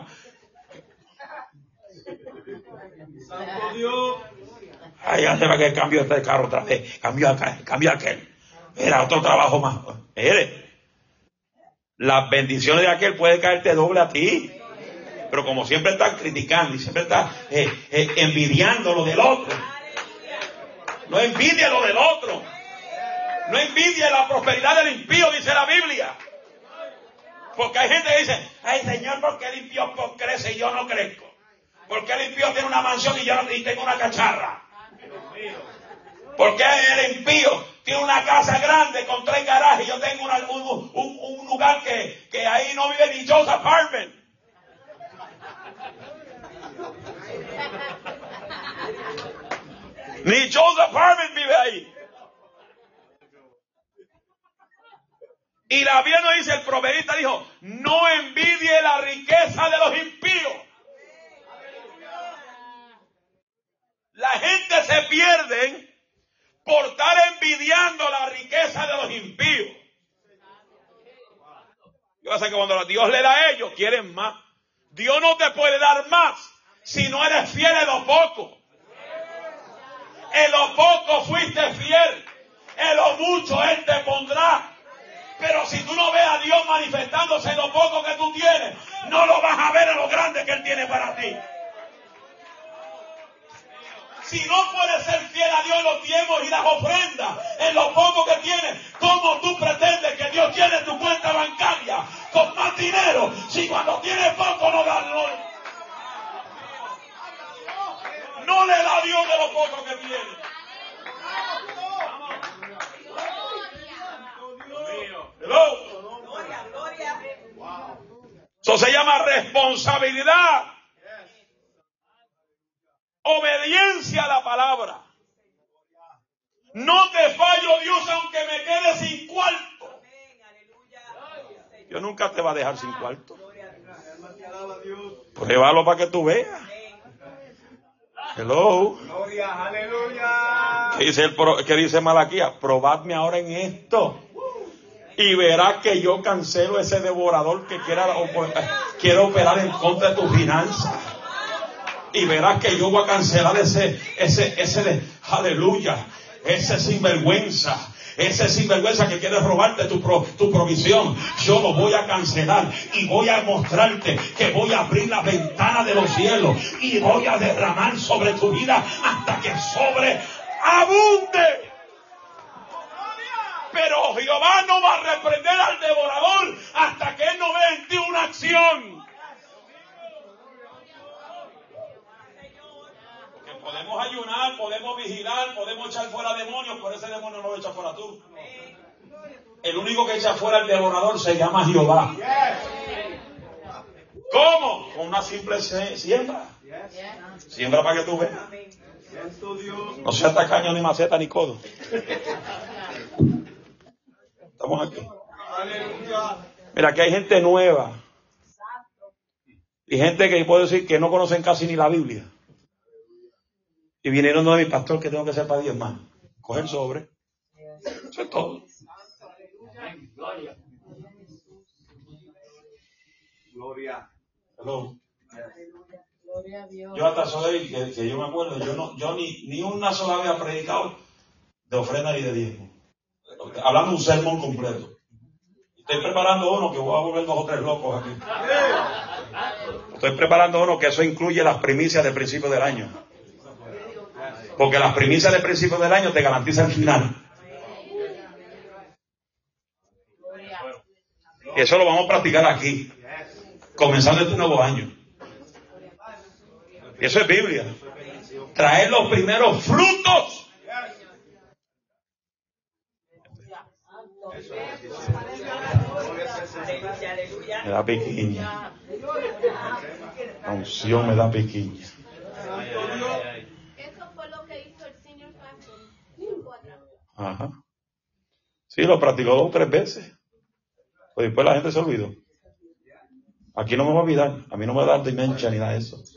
Santo Dios. Ay, ya se va que cambio este carro otra vez. Cambio aquel. Mira, otro trabajo más. Mire, las bendiciones de aquel puede caerte doble a ti. Pero como siempre estás criticando y siempre estás envidiando lo del otro. No envidie lo del otro. No envidie la prosperidad del impío, dice la Biblia. Porque hay gente que dice, ay Señor, ¿por qué el impío crece y yo no crezco? ¿Por qué el impío tiene una mansión y yo no tengo una cacharra? ¿Por qué el impío tiene una casa grande con 3 garajes y yo tengo un lugar que ahí no vive ni Joe's Apartment? Ni Joe's Apartment vive ahí. Y la Biblia nos dice, el proverbista dijo, no envidie la riqueza de los impíos. La gente se pierde por estar envidiando la riqueza de los impíos. Yo sé que cuando Dios le da a ellos, quieren más. Dios no te puede dar más si no eres fiel en lo poco. En lo poco fuiste fiel, en lo mucho Él te pondrá. Pero si tú no ves a Dios manifestándose en lo poco que tú tienes, no lo vas a ver en lo grande que Él tiene para ti. Si no puedes ser fiel a Dios en los diezmos y las ofrendas, en lo poco que tienes, ¿cómo tú pretendes que Dios tiene tu cuenta bancaria con más dinero si cuando tienes poco no le da a Dios de lo poco que tiene? Eso se llama responsabilidad. Obediencia a la palabra. No te fallo, Dios, aunque me quede sin cuarto. Dios nunca te va a dejar sin cuarto. Pruébalo para que tú veas. Hello. Gloria, aleluya. ¿Qué dice Malaquías? Probadme ahora en esto y verás que yo cancelo ese devorador que quiera operar en contra de tus finanzas. Y verás que yo voy a cancelar aleluya, ese sinvergüenza que quiere robarte tu provisión. Yo lo voy a cancelar y voy a mostrarte que voy a abrir la ventana de los cielos y voy a derramar sobre tu vida hasta que sobreabunde. Pero Jehová no va a reprender al devorador hasta que él no vea en ti una acción. Podemos ayunar, podemos vigilar, podemos echar fuera demonios, pero ese demonio no lo echa fuera tú. El único que echa fuera el devorador se llama Jehová. ¿Cómo? Con una simple siembra. Siembra para que tú veas. No seas tacaño, ni maceta, ni codo. Estamos aquí. Mira, aquí hay gente nueva. Y gente que puedo decir que no conocen casi ni la Biblia. Y vinieron donde mi pastor, que tengo que hacer para 10 más. Coger sobre. Eso es todo. Gloria. Hello. Yo hasta soy que yo me acuerdo, yo ni una sola vez he predicado de ofrenda ni de diezmo. Hablando de un sermón completo. Estoy preparando uno que voy a volver 2 o 3 locos aquí. Estoy preparando uno que eso incluye las primicias del principio del año. Porque las primicias del principio del año te garantizan el final. Y eso lo vamos a practicar aquí, comenzando este nuevo año. Y eso es Biblia. Traer los primeros frutos. Me da piquiña. La unción me da piquiña. Ajá. Sí, lo practicó 2 o 3 veces. Pues después la gente se olvidó. Aquí no me va a olvidar. A mí no me va a dar demencia ni nada de eso.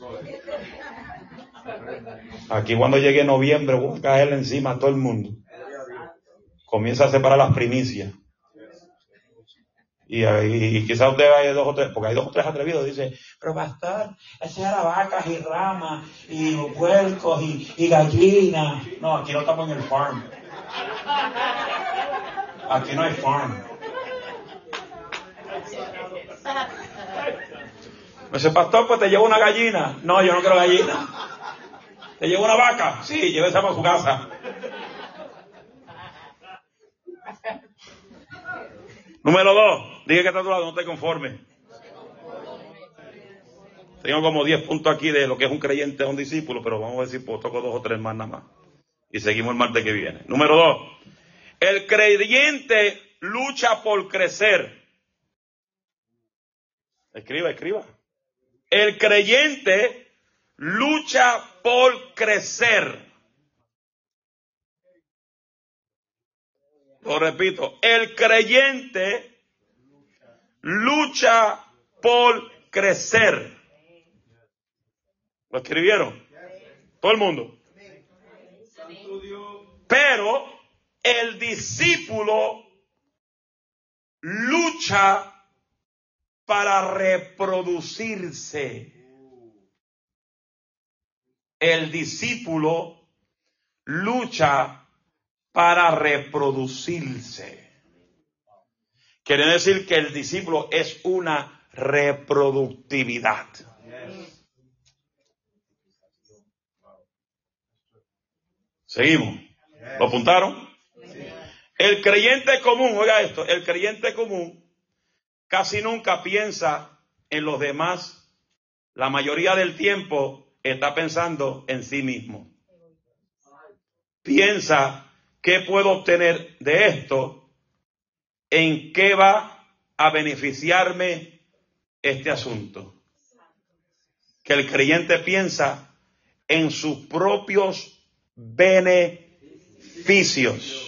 Aquí cuando llegue noviembre voy a caerle encima a todo el mundo. Comienza a separar las primicias. Y quizás usted haya 2 o 3, porque hay 2 o 3 atrevidos, dice, pero pastor, ese era vacas y ramas, y puercos y gallinas. No, aquí no estamos en el farm. Aquí no hay farm. Me dice, pastor, pues te llevo una gallina. No, yo no quiero gallina. ¿Te llevo una vaca? Sí, llévese para su casa. Número 2, dije que está a tu lado, no te conformes. Tengo como 10 puntos aquí de lo que es un creyente, un discípulo, pero vamos a ver si toco 2 o 3 más nada más. Y seguimos el martes que viene. Número 2, el creyente lucha por crecer. Escriba. El creyente lucha por crecer. Lo repito, el creyente lucha por crecer. ¿Lo escribieron? Todo el mundo. Pero el discípulo lucha para reproducirse. El discípulo lucha para reproducirse. Quiere decir que el discípulo es una reproductividad. Seguimos. ¿Lo apuntaron? El creyente común, oiga esto, el creyente común casi nunca piensa en los demás. La mayoría del tiempo está pensando en sí mismo. Piensa qué puedo obtener de esto, en qué va a beneficiarme este asunto. Que el creyente piensa en sus propios beneficios.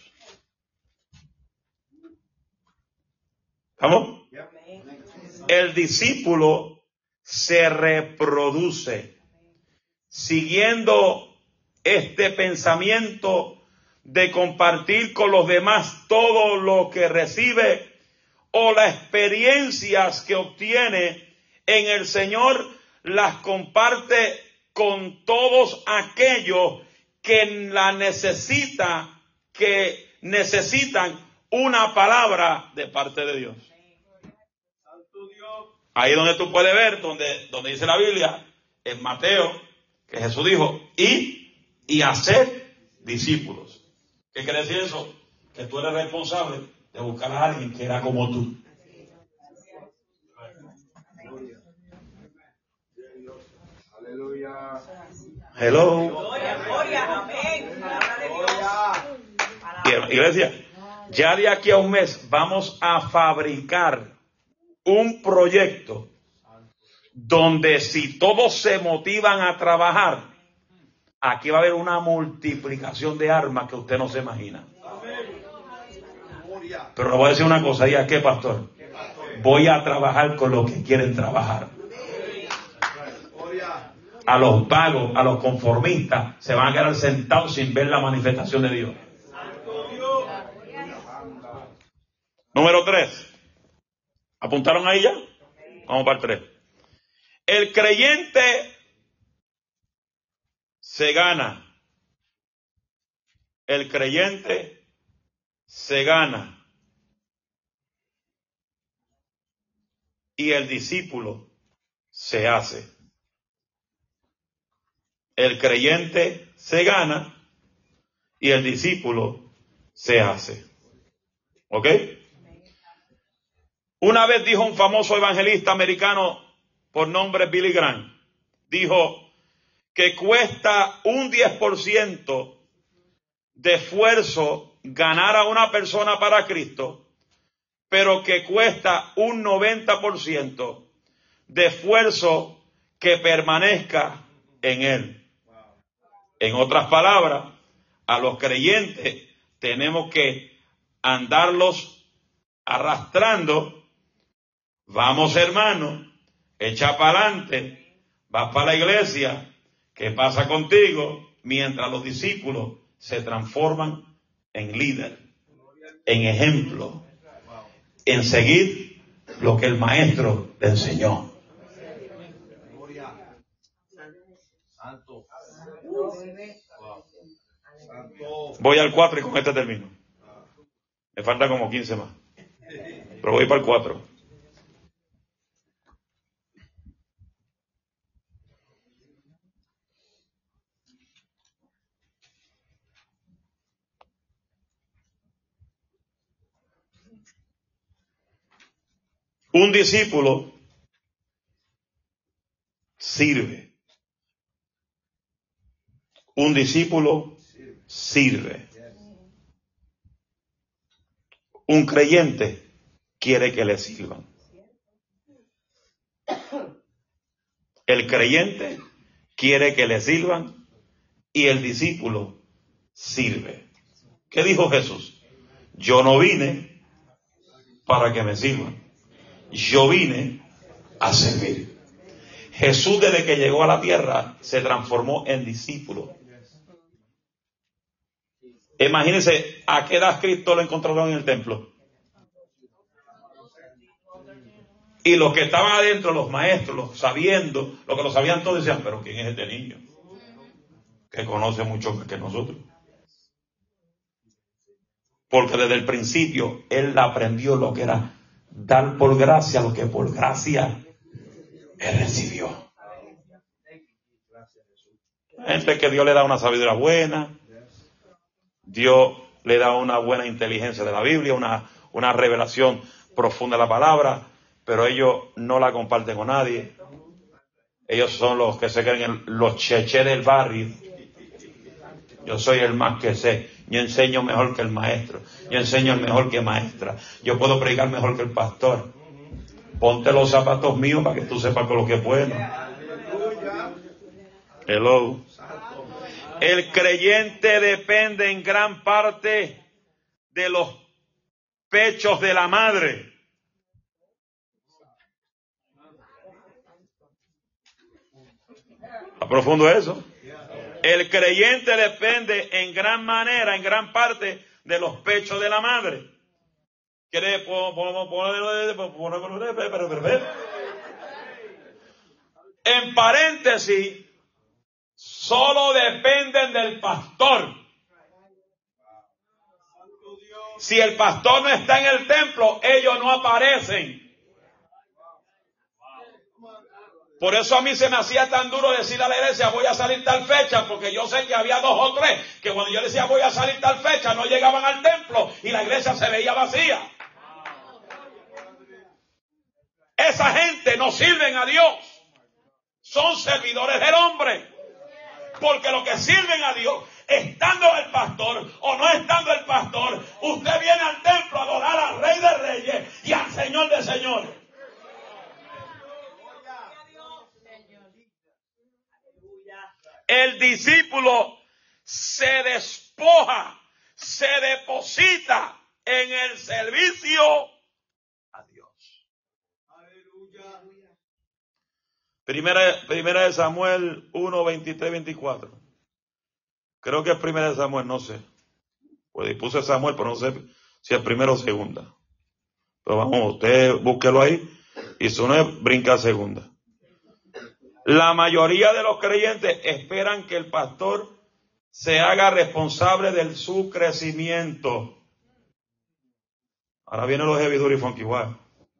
¿Vamos? El discípulo se reproduce. siguiendo este pensamiento de compartir con los demás todo lo que recibe o las experiencias que obtiene en el Señor, las comparte con todos aquellos que la necesitan una palabra de parte de Dios. Ahí donde tú puedes ver, donde dice la Biblia, en Mateo, que Jesús dijo, y hacer discípulos. ¿Qué quiere decir eso? Que tú eres responsable de buscar a alguien que era como tú. Aleluya. Hello. Gloria, amén. Iglesia, ya de aquí a un mes vamos a fabricar un proyecto donde si todos se motivan a trabajar, aquí va a haber una multiplicación de armas que usted no se imagina. Pero le voy a decir una cosa, ¿y a qué, pastor? Voy a trabajar con los que quieren trabajar. A los vagos, a los conformistas, se van a quedar sentados sin ver la manifestación de Dios. Número 3. ¿Apuntaron ahí ya? Vamos para el 3. El creyente se gana. El creyente se gana. Y el discípulo se hace. El creyente se gana y el discípulo se hace. ¿Ok? Una vez dijo un famoso evangelista americano por nombre Billy Graham, dijo que cuesta un 10% de esfuerzo ganar a una persona para Cristo, pero que cuesta un 90% de esfuerzo que permanezca en Él. En otras palabras, a los creyentes tenemos que andarlos arrastrando. Vamos, hermano, echa para adelante, vas para la iglesia, ¿qué pasa contigo? Mientras los discípulos se transforman en líder, en ejemplo, en seguir lo que el maestro le enseñó. Voy al 4 y con este termino. Me faltan como 15 más, pero voy para el 4. Un discípulo sirve. Un discípulo sirve. Un creyente quiere que le sirvan. El creyente quiere que le sirvan y el discípulo sirve. ¿Qué dijo Jesús? Yo no vine para que me sirvan. Yo vine a servir. Jesús, desde que llegó a la tierra, se transformó en discípulo. Imagínense a qué edad Cristo lo encontraron en el templo. Y los que estaban adentro, los maestros, los sabiendo, los que lo sabían todos, decían, pero ¿quién es este niño? Que conoce mucho más que nosotros. Porque desde el principio él aprendió lo que era dar por gracia lo que por gracia él recibió. Gente que Dios le da una sabiduría buena, Dios le da una buena inteligencia de la Biblia, una revelación profunda de la palabra, pero ellos no la comparten con nadie. Ellos son los que se creen los cheche del barrio. Yo soy el más que sé. Yo enseño mejor que el maestro. Yo enseño mejor que maestra. Yo puedo predicar mejor que el pastor. Ponte los zapatos míos para que tú sepas con lo que es bueno. Hello. El creyente depende en gran parte de los pechos de la madre. Está profundo eso. El creyente depende en gran manera, en gran parte, de los pechos de la madre. ¿Quiere en paréntesis? Solo dependen del pastor. Si el pastor no está en el templo, ellos no aparecen. Por eso a mí se me hacía tan duro decir a la iglesia, voy a salir tal fecha, porque yo sé que había 2 o 3 que cuando yo decía voy a salir tal fecha, no llegaban al templo y la iglesia se veía vacía. Esa gente no sirven a Dios. Son servidores del hombre. Porque lo que sirven a Dios, estando el pastor o no estando el pastor, usted viene al templo a adorar al Rey de Reyes y al Señor de Señores. El discípulo se despoja, se deposita en el servicio a Dios. Primera de Samuel 1, 23, 24. Creo que es primera de Samuel, no sé. Pues puse Samuel, pero no sé si es primera o segunda. Pero vamos, usted búsquelo ahí y si no es, brinca a segunda. La mayoría de los creyentes esperan que el pastor se haga responsable de su crecimiento. Ahora vienen los heavy duty funky wild.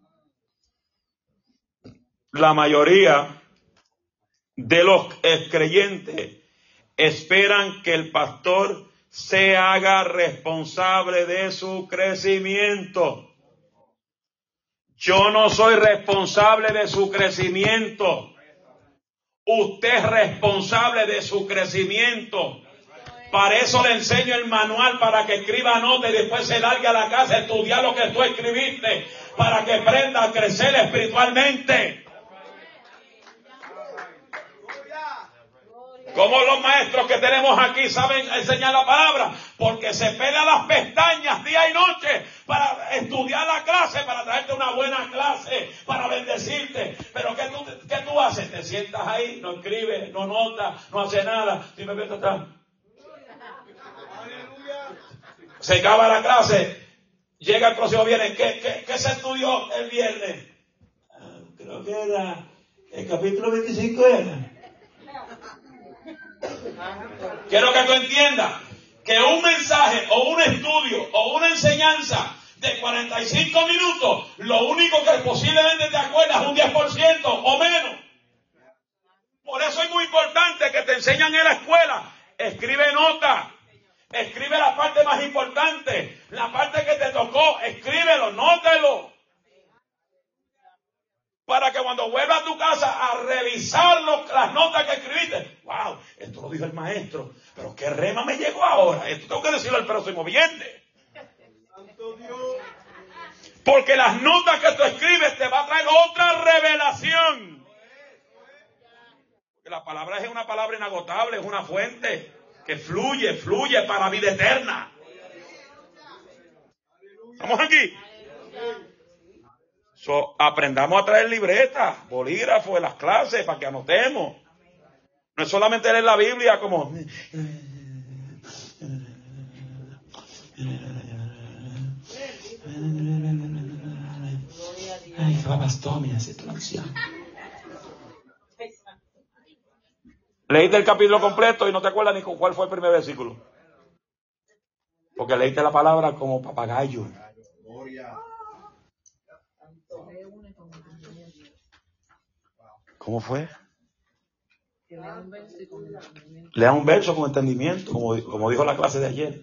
La mayoría de los creyentes esperan que el pastor se haga responsable de su crecimiento. Yo no soy responsable de su crecimiento. Usted es responsable de su crecimiento. Para eso le enseño el manual, para que escriba nota y después se largue a la casa a estudiar lo que tú escribiste, para que aprenda a crecer espiritualmente. Como los maestros que tenemos aquí saben enseñar la palabra, porque se pelan las pestañas día y noche para estudiar la clase, para traerte una buena clase, para bendecirte. Pero ¿qué tú haces? Te sientas ahí, no escribes, no notas, no haces nada. Dime, vete atrás. Se acaba la clase, llega el próximo viernes. ¿Qué se estudió el viernes? Creo que era el capítulo 25 era. Quiero que tú entiendas que un mensaje o un estudio o una enseñanza de 45 minutos, lo único que posiblemente te acuerdas es un 10% o menos. Por eso es muy importante que te enseñan en la escuela. Escribe nota, escribe la parte más importante, la parte que te tocó, escríbelo, nótelo. Para que cuando vuelvas a tu casa a revisar las notas que escribiste, wow, esto lo dijo el maestro, pero qué rema me llegó ahora, esto tengo que decirlo el próximo viernes. Porque las notas que tú escribes te va a traer otra revelación. Porque la palabra es una palabra inagotable, es una fuente que fluye para vida eterna. ¿Estamos aquí? Aprendamos a traer libretas, bolígrafos en las clases para que anotemos. No es solamente leer la Biblia como... Ay, qué babastó, mira, ese anciano. Leíste el capítulo completo y no te acuerdas ni con cuál fue el primer versículo. Porque leíste la palabra como papagayo. ¿Cómo fue? Lea un verso con entendimiento, como dijo la clase de ayer.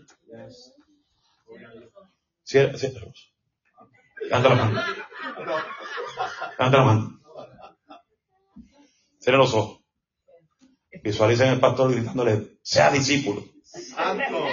Ciérralos. Levanta la mano. Levanta la mano. Cierren los ojos. Visualicen al pastor gritándole, sea discípulo. Santo.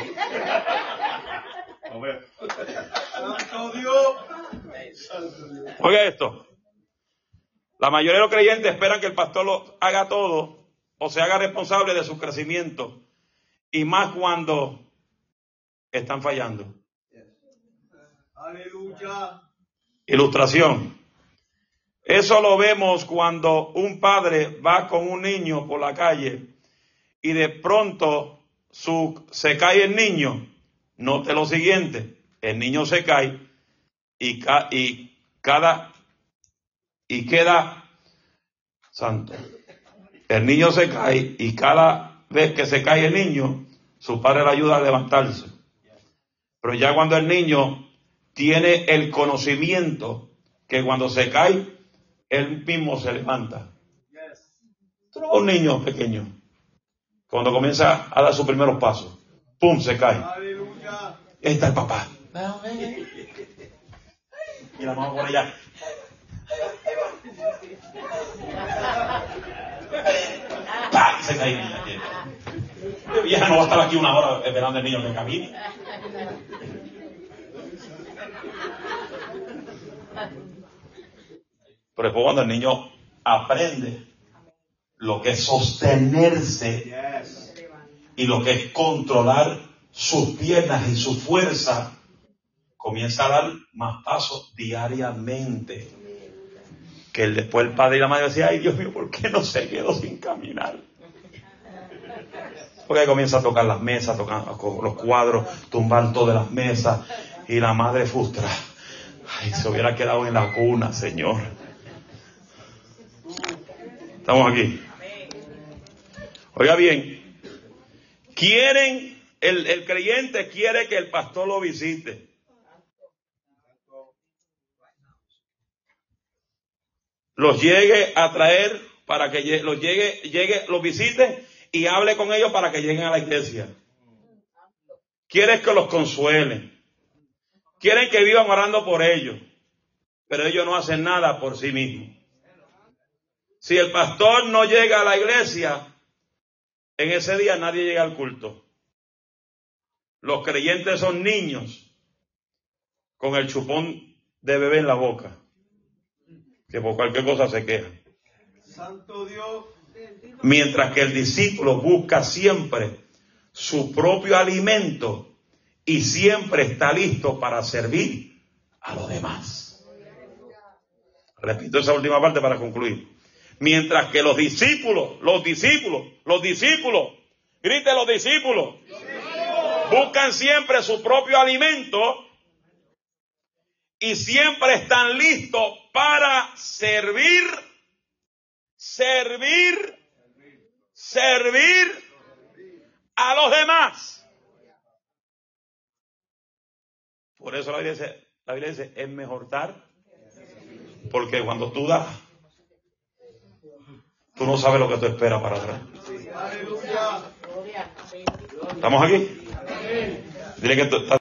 Santo Dios. Oiga esto. La mayoría de los creyentes esperan que el pastor lo haga todo o se haga responsable de su crecimiento. Y más cuando están fallando. Aleluya. Ilustración. Eso lo vemos cuando un padre va con un niño por la calle y de pronto se cae el niño. Note lo siguiente, el niño se cae y queda santo. El niño se cae y cada vez que se cae el niño, su padre le ayuda a levantarse. Pero ya cuando el niño tiene el conocimiento que cuando se cae, él mismo se levanta. Un niño pequeño, cuando comienza a dar sus primeros pasos, ¡pum!, se cae. Aleluya. Ahí está el papá. Y la mamá por allá. ¡Pah! Y se cae el niño. La vieja no va a estar aquí una hora esperando al niño que camine. Pero después cuando el niño aprende lo que es sostenerse y lo que es controlar sus piernas y su fuerza, comienza a dar más pasos diariamente. Que después el padre y la madre decían, ay Dios mío, ¿por qué no se quedó sin caminar? Porque comienza a tocar las mesas, tocar los cuadros, tumbar todas las mesas, y la madre frustra. Ay, se hubiera quedado en la cuna, Señor. Estamos aquí. Oiga bien, el creyente quiere que el pastor lo visite. Los llegue a traer para que los visite y hable con ellos para que lleguen a la iglesia. Quieren que los consuelen. Quieren que vivan orando por ellos. Pero ellos no hacen nada por sí mismos. Si el pastor no llega a la iglesia, en ese día nadie llega al culto. Los creyentes son niños con el chupón de bebé en la boca, que por cualquier cosa se quejan. Santo Dios. Mientras que el discípulo busca siempre su propio alimento y siempre está listo para servir a los demás. Repito esa última parte para concluir. Mientras que los discípulos, grite los discípulos, buscan siempre su propio alimento y siempre están listos para servir a los demás. Por eso la Biblia dice, es mejor dar, porque cuando tú das, tú no sabes lo que tú esperas para atrás. ¿Estamos aquí? Dile que